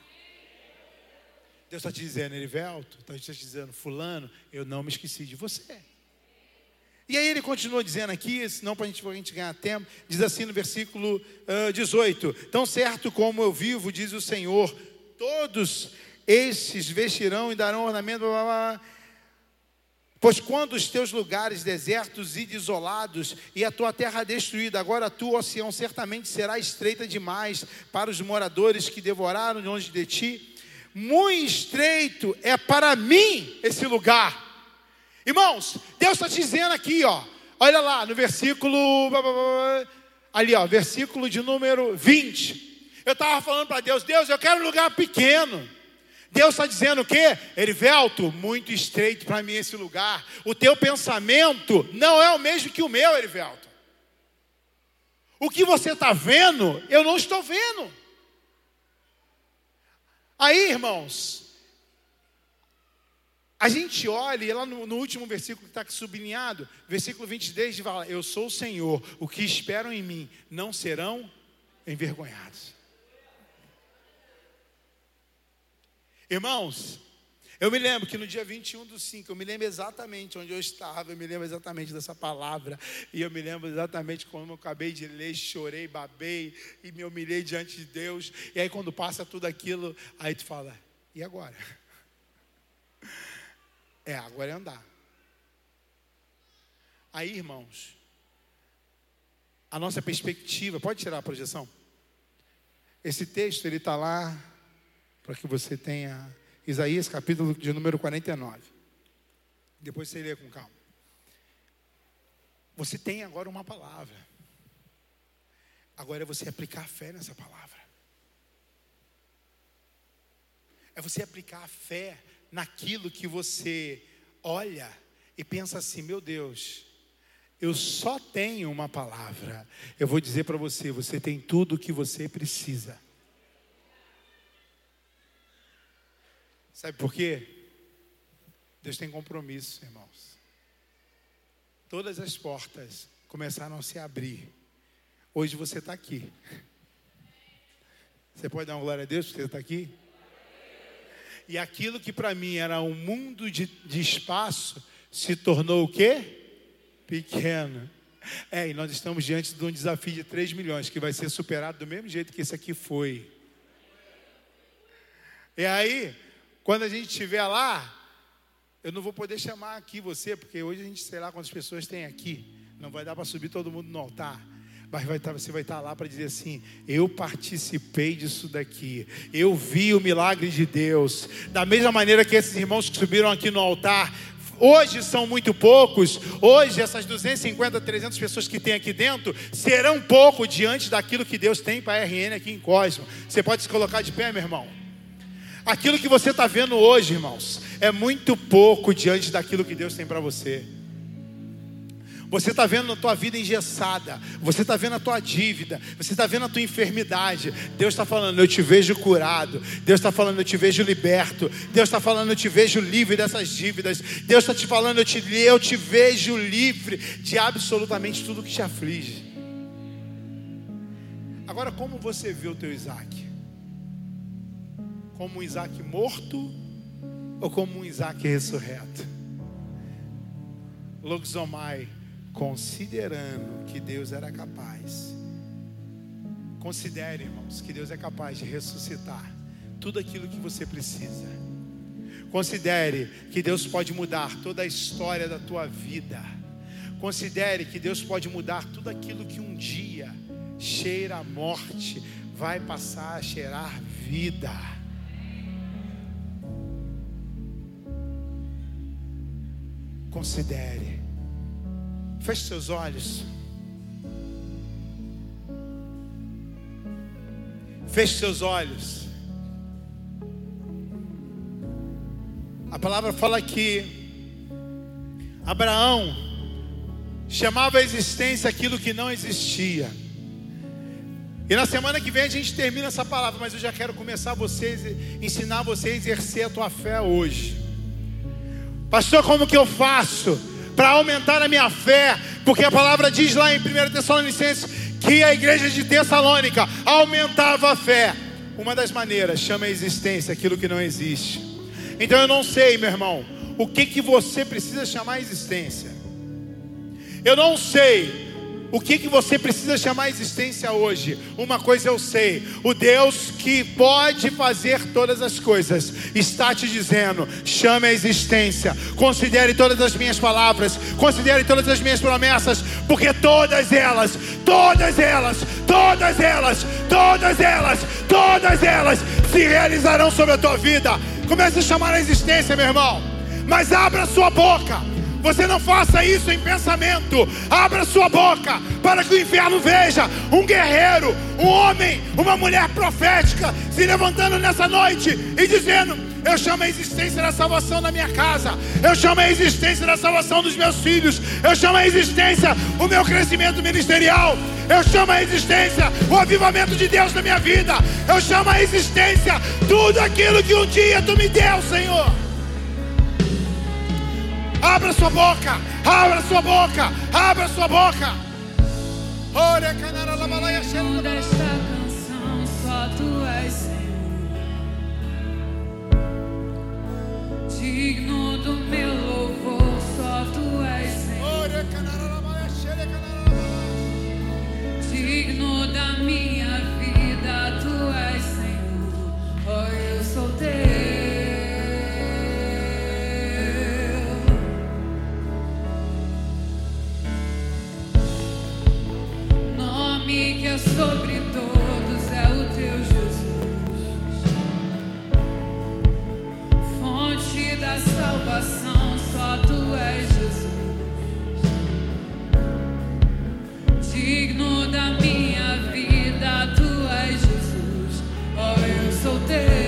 Deus está te dizendo, Erivelto, está te dizendo, fulano, eu não me esqueci de você. E aí ele continua dizendo aqui, senão para a gente ganhar tempo, diz assim no versículo 18, tão certo como eu vivo, diz o Senhor, todos estes vestirão e darão ornamento, blá, blá, blá. Pois quando os teus lugares desertos e desolados, e a tua terra destruída, agora a tua, ó Sião, certamente será estreita demais para os moradores que devoraram longe de ti, muito estreito é para mim esse lugar. Irmãos, Deus está te dizendo aqui, ó. Olha lá, no versículo... Ali, ó, versículo de número 20. Eu estava falando para Deus, Deus, eu quero um lugar pequeno. Deus está dizendo o quê? Erivelto, muito estreito para mim esse lugar. O teu pensamento não é o mesmo que o meu, Erivelto. O que você está vendo, eu não estou vendo. Aí, irmãos, a gente olha, e lá no último versículo que está aqui sublinhado, versículo 23, fala, eu sou o Senhor, o que esperam em mim não serão envergonhados. Irmãos, eu me lembro que no dia 21/5, eu me lembro exatamente onde eu estava, eu me lembro exatamente dessa palavra, e eu me lembro exatamente como eu acabei de ler, chorei, babei, e me humilhei diante de Deus, e aí quando passa tudo aquilo, aí tu fala, e agora? Agora é andar. Aí, irmãos, a nossa perspectiva, pode tirar a projeção? Esse texto, ele está lá, para que você tenha Isaías capítulo de número 49. Depois você lê com calma. Você tem agora uma palavra. Agora é você aplicar a fé nessa palavra. É você aplicar a fé naquilo que você olha e pensa assim, meu Deus, eu só tenho uma palavra. Eu vou dizer para você, você tem tudo o que você precisa. Sabe por quê? Deus tem compromisso, irmãos. Todas as portas começaram a se abrir. Hoje você está aqui. Você pode dar uma glória a Deus porque você está aqui? E aquilo que para mim era um mundo de espaço, se tornou o quê? Pequeno. E nós estamos diante de um desafio de 3 milhões, que vai ser superado do mesmo jeito que esse aqui foi. E aí... quando a gente estiver lá, eu não vou poder chamar aqui você, porque hoje a gente sei lá quantas pessoas tem aqui. Não vai dar para subir todo mundo no altar. Mas você vai estar lá para dizer assim, eu participei disso daqui. Eu vi o milagre de Deus. Da mesma maneira que esses irmãos que subiram aqui no altar, hoje são muito poucos. Hoje essas 250, 300 pessoas que tem aqui dentro serão pouco diante daquilo que Deus tem para a RN aqui em Cosmo. Você pode se colocar de pé, meu irmão? Aquilo que você está vendo hoje, irmãos, é muito pouco diante daquilo que Deus tem para você. Você está vendo a tua vida engessada, você está vendo a tua dívida, você está vendo a tua enfermidade. Deus está falando, eu te vejo curado. Deus está falando, eu te vejo liberto. Deus está falando, eu te vejo livre dessas dívidas. Deus está te falando, eu te vejo livre de absolutamente tudo que te aflige. Agora, como você vê o teu Isaac? Como um Isaac morto ou como um Isaac ressurreto? Logzomai, considerando que Deus era capaz. Considere, irmãos, que Deus é capaz de ressuscitar tudo aquilo que você precisa. Considere que Deus pode mudar toda a história da tua vida. Considere que Deus pode mudar tudo aquilo que um dia cheira a morte, vai passar a cheirar vida. Considere. Feche seus olhos. Feche seus olhos. A palavra fala que Abraão chamava a existência aquilo que não existia. E na semana que vem a gente termina essa palavra, mas eu já quero começar ensinar você a exercer a tua fé hoje. Pastor, como que eu faço para aumentar a minha fé? Porque a palavra diz lá em 1 Tessalonicenses que a igreja de Tessalônica aumentava a fé. Uma das maneiras, chama a existência aquilo que não existe. Então eu não sei, meu irmão, o que você precisa chamar a existência. Eu não sei o que você precisa chamar a existência hoje. Uma coisa eu sei: o Deus que pode fazer todas as coisas está te dizendo, chame a existência. Considere todas as minhas palavras, considere todas as minhas promessas, porque todas elas se realizarão sobre a tua vida. Comece a chamar a existência, meu irmão, mas abra a sua boca. Você não faça isso em pensamento. Abra sua boca para que o inferno veja um guerreiro, um homem, uma mulher profética se levantando nessa noite e dizendo: eu chamo a existência da salvação da minha casa, eu chamo a existência da salvação dos meus filhos, eu chamo a existência o meu crescimento ministerial, eu chamo a existência o avivamento de Deus na minha vida, eu chamo a existência tudo aquilo que um dia tu me deu, Senhor. Abra sua boca, abra sua boca, abra sua boca. Digno desta canção, só tu és, Senhor. Digno do meu louvor, só tu és, Senhor. Digno da minha vida, tu és, Senhor. Oh, eu sou teu. Que é sobre todos é o teu Jesus, fonte da salvação, só tu és Jesus. Digno da minha vida, tu és Jesus. Oh, eu sou teu.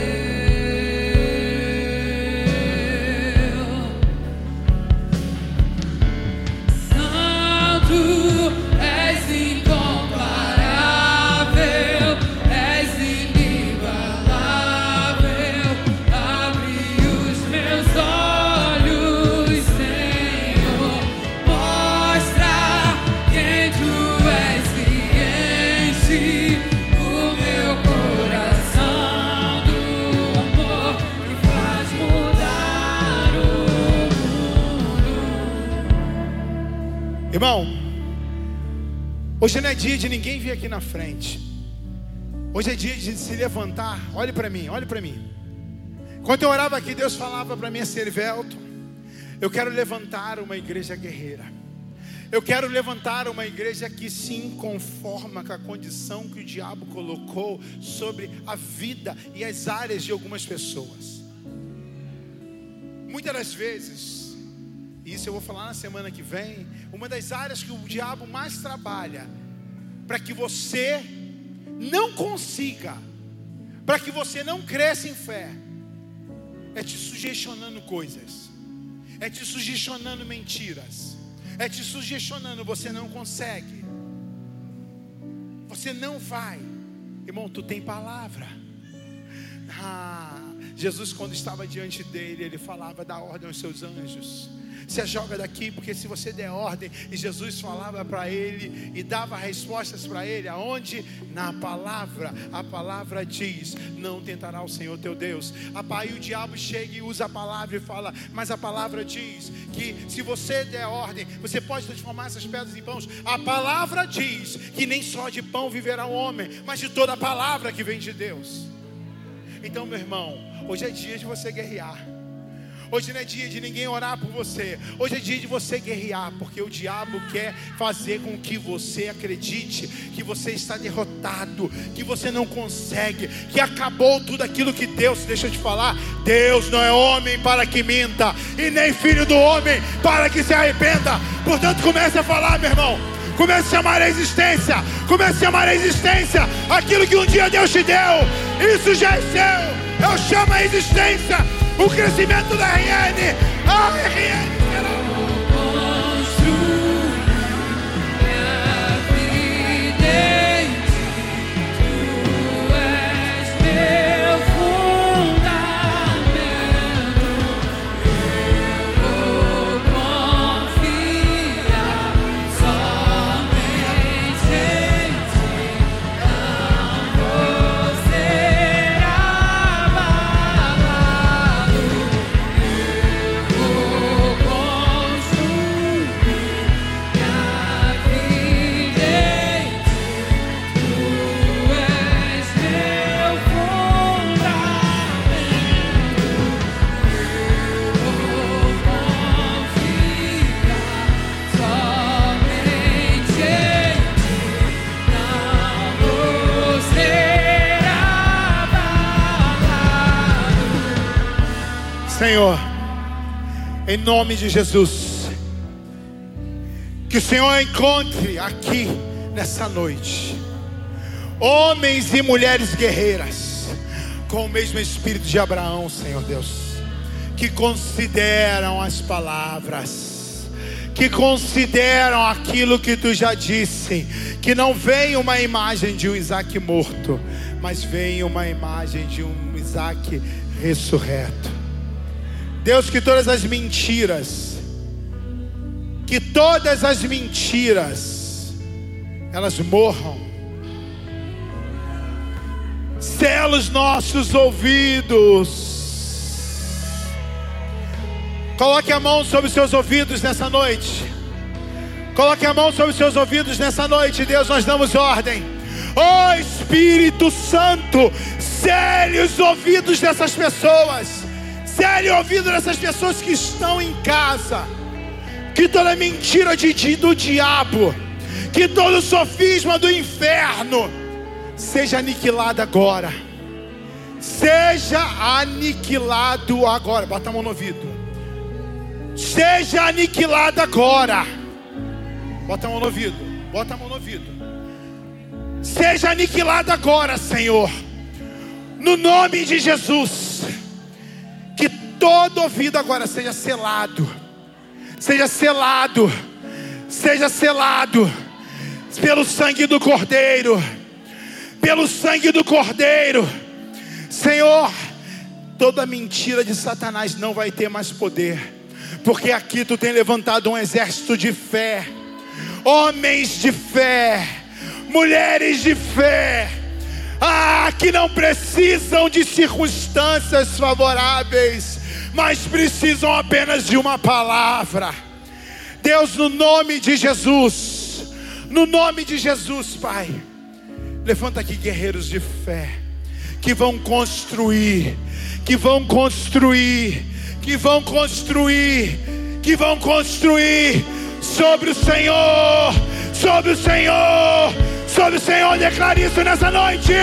Irmão, hoje não é dia de ninguém vir aqui na frente. Hoje é dia de se levantar. Olhe para mim, olhe para mim. Quando eu orava aqui, Deus falava para mim assim: Erivelto, eu quero levantar uma igreja guerreira. Eu quero levantar uma igreja que se conforma com a condição que o diabo colocou sobre a vida e as áreas de algumas pessoas. Muitas das vezes, isso eu vou falar na semana que vem, uma das áreas que o diabo mais trabalha para que você não consiga, para que você não cresça em fé, é te sugestionando coisas, é te sugestionando mentiras, é te sugestionando, você não consegue, você não vai. Irmão, tu tem palavra. Jesus, quando estava diante dele, ele falava: dá ordem aos seus anjos, se joga daqui, porque se você der ordem. E Jesus falava para ele e dava respostas para ele, aonde? Na palavra. A palavra diz: não tentará o Senhor teu Deus. Aí o diabo chega e usa a palavra e fala: mas a palavra diz que se você der ordem, você pode transformar essas pedras em pães. A palavra diz que nem só de pão viverá o homem, mas de toda a palavra que vem de Deus. Então, meu irmão, hoje é dia de você guerrear. Hoje não é dia de ninguém orar por você. Hoje é dia de você guerrear, porque o diabo quer fazer com que você acredite que você está derrotado, que você não consegue, que acabou tudo aquilo que Deus, deixa eu te falar, Deus não é homem para que minta, e nem filho do homem para que se arrependa. Portanto, comece a falar, meu irmão. Comece a chamar a existência. Comece a chamar a existência aquilo que um dia Deus te deu. Isso já é seu. Eu chamo a existência o crescimento da RN. A RN será Senhor, em nome de Jesus, Que o Senhor encontre aqui nessa noite homens e mulheres guerreiras com o mesmo espírito de Abraão, Senhor Deus, que consideram as palavras, que consideram aquilo que tu já disse, que não vem uma imagem de um Isaac morto, mas vem uma imagem de um Isaac ressurreto. Deus, que todas as mentiras, elas morram. Sela os nossos ouvidos. Coloque a mão sobre os seus ouvidos nessa noite. Coloque a mão sobre os seus ouvidos nessa noite. Deus, nós damos ordem. Oh Espírito Santo, cele os ouvidos dessas pessoas. Cele o ouvido dessas pessoas que estão em casa. Que toda mentira do diabo, que todo sofisma do inferno seja aniquilado agora. Seja aniquilado agora. Bota a mão no ouvido. Seja aniquilado agora. Bota a mão no ouvido. Bota a mão no ouvido. Seja aniquilado agora, Senhor, no nome de Jesus. Que todo ouvido agora seja selado. Seja selado. Seja selado pelo sangue do Cordeiro. Pelo sangue do Cordeiro. Senhor, toda mentira de Satanás não vai ter mais poder, porque aqui tu tem levantado um exército de fé, homens de fé, mulheres de fé, que não precisam de circunstâncias favoráveis, mas precisam apenas de uma palavra. Deus, no nome de Jesus, Pai, levanta aqui guerreiros de fé, que vão construir sobre o Senhor, declara isso nessa noite.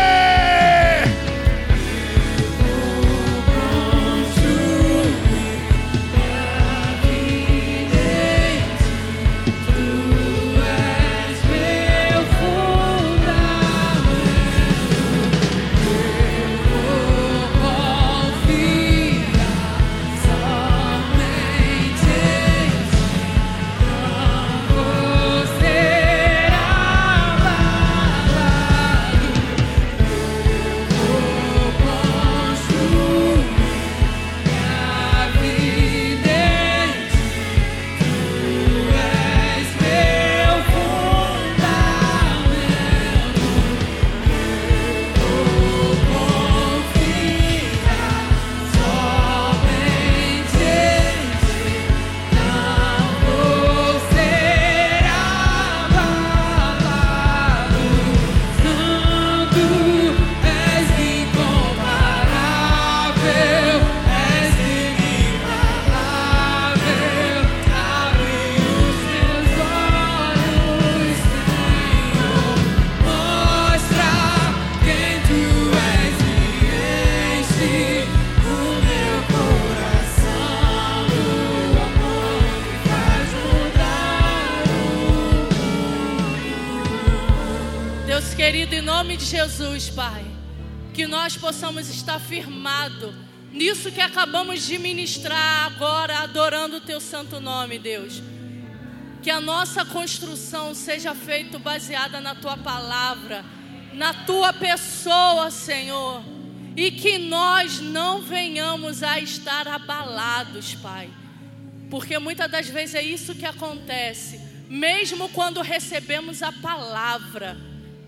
Querido, em nome de Jesus, Pai, que nós possamos estar firmados nisso que acabamos de ministrar agora, adorando o Teu santo nome, Deus. Que a nossa construção seja feita baseada na Tua palavra, na Tua pessoa, Senhor. E que nós não venhamos a estar abalados, Pai. Porque muitas das vezes é isso que acontece. Mesmo quando recebemos a palavra,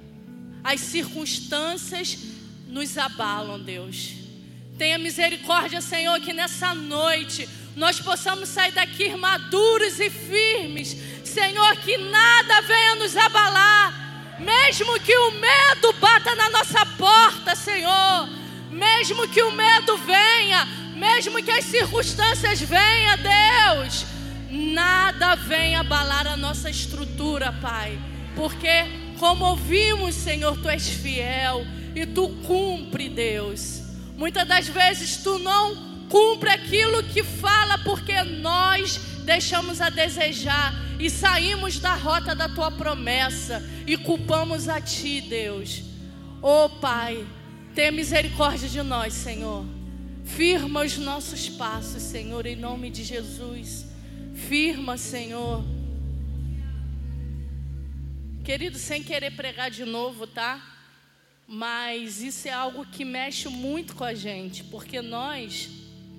as circunstâncias nos abalam, Deus. Tenha misericórdia, Senhor, que nessa noite nós possamos sair daqui maduros e firmes. Senhor, que nada venha nos abalar. Mesmo que o medo bata na nossa porta, Senhor. Mesmo que o medo venha, mesmo que as circunstâncias venham, Deus, nada venha abalar a nossa estrutura, Pai. Porque, como ouvimos, Senhor, Tu és fiel e Tu cumpre, Deus. Muitas das vezes Tu não cumpre aquilo que fala, porque nós deixamos a desejar e saímos da rota da tua promessa e culpamos a ti, Deus. Oh Pai, tenha misericórdia de nós, Senhor. Firma os nossos passos, Senhor, em nome de Jesus. Firma, Senhor. Querido, sem querer pregar de novo, tá? Mas isso é algo que mexe muito com a gente, porque nós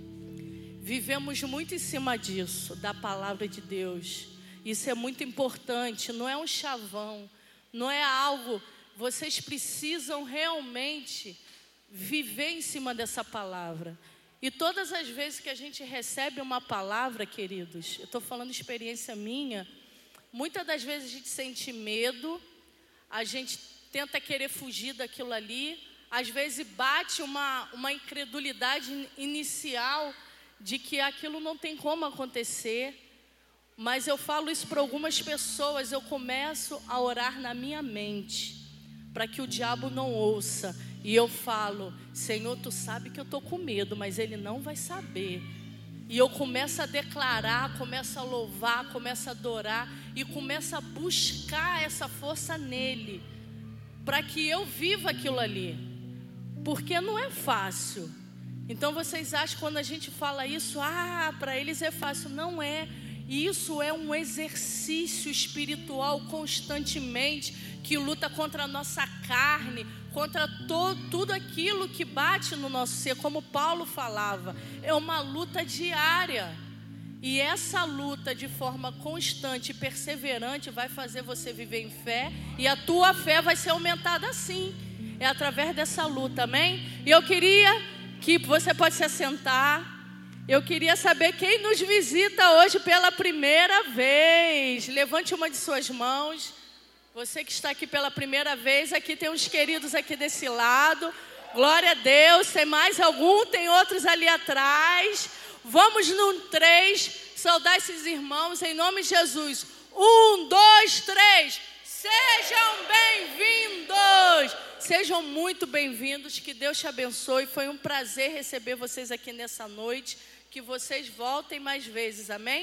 vivemos muito em cima disso, da palavra de Deus. Isso é muito importante, não é um chavão, não é algo. Vocês precisam realmente viver em cima dessa palavra. E todas as vezes que a gente recebe uma palavra, queridos, eu estou falando experiência minha, muitas das vezes a gente sente medo, a gente tenta querer fugir daquilo ali, às vezes bate uma incredulidade inicial de que aquilo não tem como acontecer. Mas eu falo isso para algumas pessoas, eu começo a orar na minha mente, para que o diabo não ouça. E eu falo, Senhor, tu sabe que eu estou com medo, mas ele não vai saber. E eu começo a declarar, começo a louvar, começo a adorar e começo a buscar essa força nele, para que eu viva aquilo ali, porque não é fácil. Então vocês acham que quando a gente fala isso, para eles é fácil? Não é. Isso é um exercício espiritual constantemente, que luta contra a nossa carne, contra tudo aquilo que bate no nosso ser, como Paulo falava. É uma luta diária. E essa luta de forma constante e perseverante vai fazer você viver em fé, e a tua fé vai ser aumentada assim. É através dessa luta, amém? E eu queria que você pode se assentar. Eu queria saber quem nos visita hoje pela primeira vez. Levante uma de suas mãos. Você que está aqui pela primeira vez, aqui tem uns queridos aqui desse lado. Glória a Deus. Tem mais algum? Tem outros ali atrás. Vamos no 3, saudar esses irmãos em nome de Jesus. 1, 2, 3. Sejam bem-vindos. Sejam muito bem-vindos. Que Deus te abençoe. Foi um prazer receber vocês aqui nessa noite. Que vocês voltem mais vezes, amém?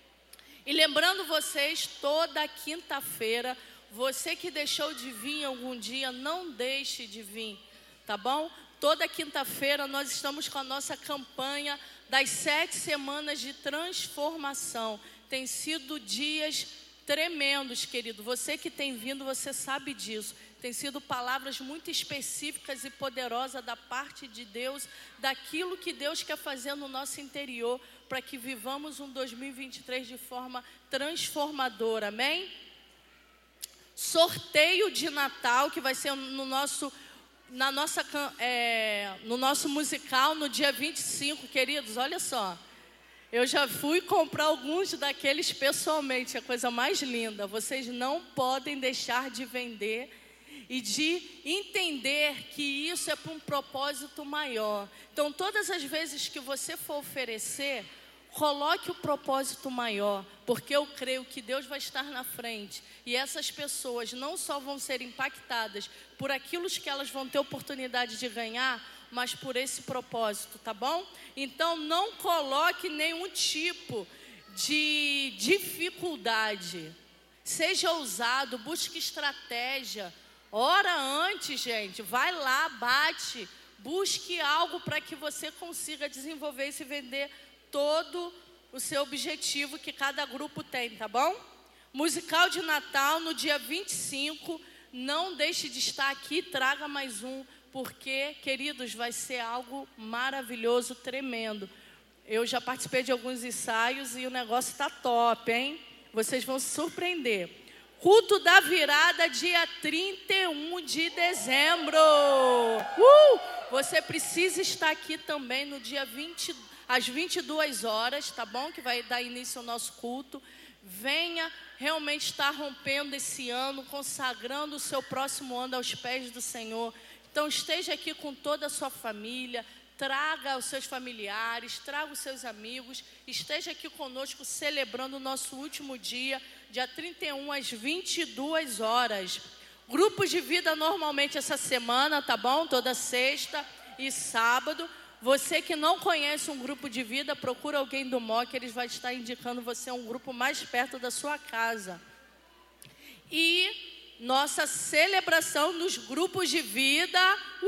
E lembrando vocês, toda quinta-feira, você que deixou de vir algum dia, não deixe de vir, tá bom? Toda quinta-feira nós estamos com a nossa campanha das 7 semanas de transformação. Tem sido dias tremendos, querido. Você que tem vindo, você sabe disso. Tem sido palavras muito específicas e poderosas da parte de Deus, daquilo que Deus quer fazer no nosso interior, para que vivamos um 2023 de forma transformadora, amém? Sorteio de Natal, que vai ser no nosso musical, no dia 25, queridos, olha só. Eu já fui comprar alguns daqueles pessoalmente, a coisa mais linda. Vocês não podem deixar de vender e de entender que isso é para um propósito maior. Então, todas as vezes que você for oferecer, coloque o propósito maior, porque eu creio que Deus vai estar na frente. E essas pessoas não só vão ser impactadas por aquilo que elas vão ter oportunidade de ganhar, mas por esse propósito, tá bom? Então, não coloque nenhum tipo de dificuldade. Seja ousado, busque estratégia. Ora antes, gente, vai lá, bate, busque algo para que você consiga desenvolver e se vender todo o seu objetivo que cada grupo tem, tá bom? Musical de Natal no dia 25, não deixe de estar aqui, traga mais um, porque, queridos, vai ser algo maravilhoso, tremendo. Eu já participei de alguns ensaios e o negócio tá top, hein? Vocês vão se surpreender. Culto da virada, dia 31 de dezembro. Você precisa estar aqui também no dia 20, às 22 horas, tá bom? Que vai dar início ao nosso culto. Venha realmente estar rompendo esse ano, consagrando o seu próximo ano aos pés do Senhor. Então esteja aqui com toda a sua família, traga os seus familiares, traga os seus amigos, esteja aqui conosco celebrando o nosso último dia, dia 31 às 22 horas. Grupos de vida normalmente essa semana, tá bom? Toda sexta e sábado. Você que não conhece um grupo de vida, procura alguém do MOC, eles vão estar indicando você um grupo mais perto da sua casa. E nossa celebração nos grupos de vida.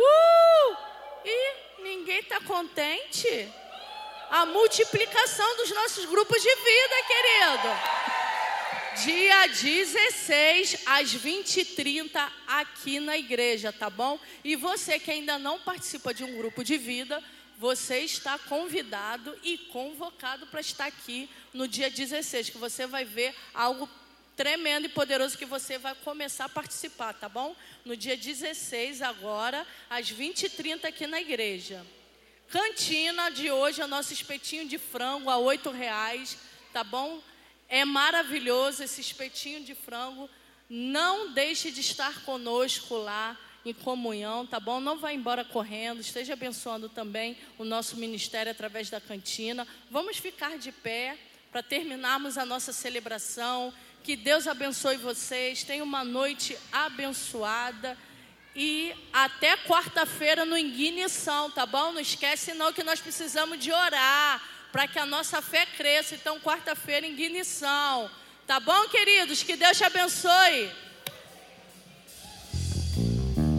E ninguém está contente? A multiplicação dos nossos grupos de vida, querido. Dia 16, às 20h30, aqui na igreja, tá bom? E você que ainda não participa de um grupo de vida, você está convidado e convocado para estar aqui no dia 16, que você vai ver algo tremendo e poderoso que você vai começar a participar, tá bom? No dia 16, agora, às 20h30, aqui na igreja. Cantina de hoje é o nosso espetinho de frango a R$8, tá bom? É maravilhoso esse espetinho de frango. Não deixe de estar conosco lá em comunhão, tá bom? Não vá embora correndo, esteja abençoando também o nosso ministério através da cantina. Vamos ficar de pé para terminarmos a nossa celebração. Que Deus abençoe vocês, tenha uma noite abençoada. E até quarta-feira no Ignição, tá bom? Não esquece não que nós precisamos de orar para que a nossa fé cresça. Então, quarta-feira em Ignição. Tá bom, queridos? Que Deus te abençoe.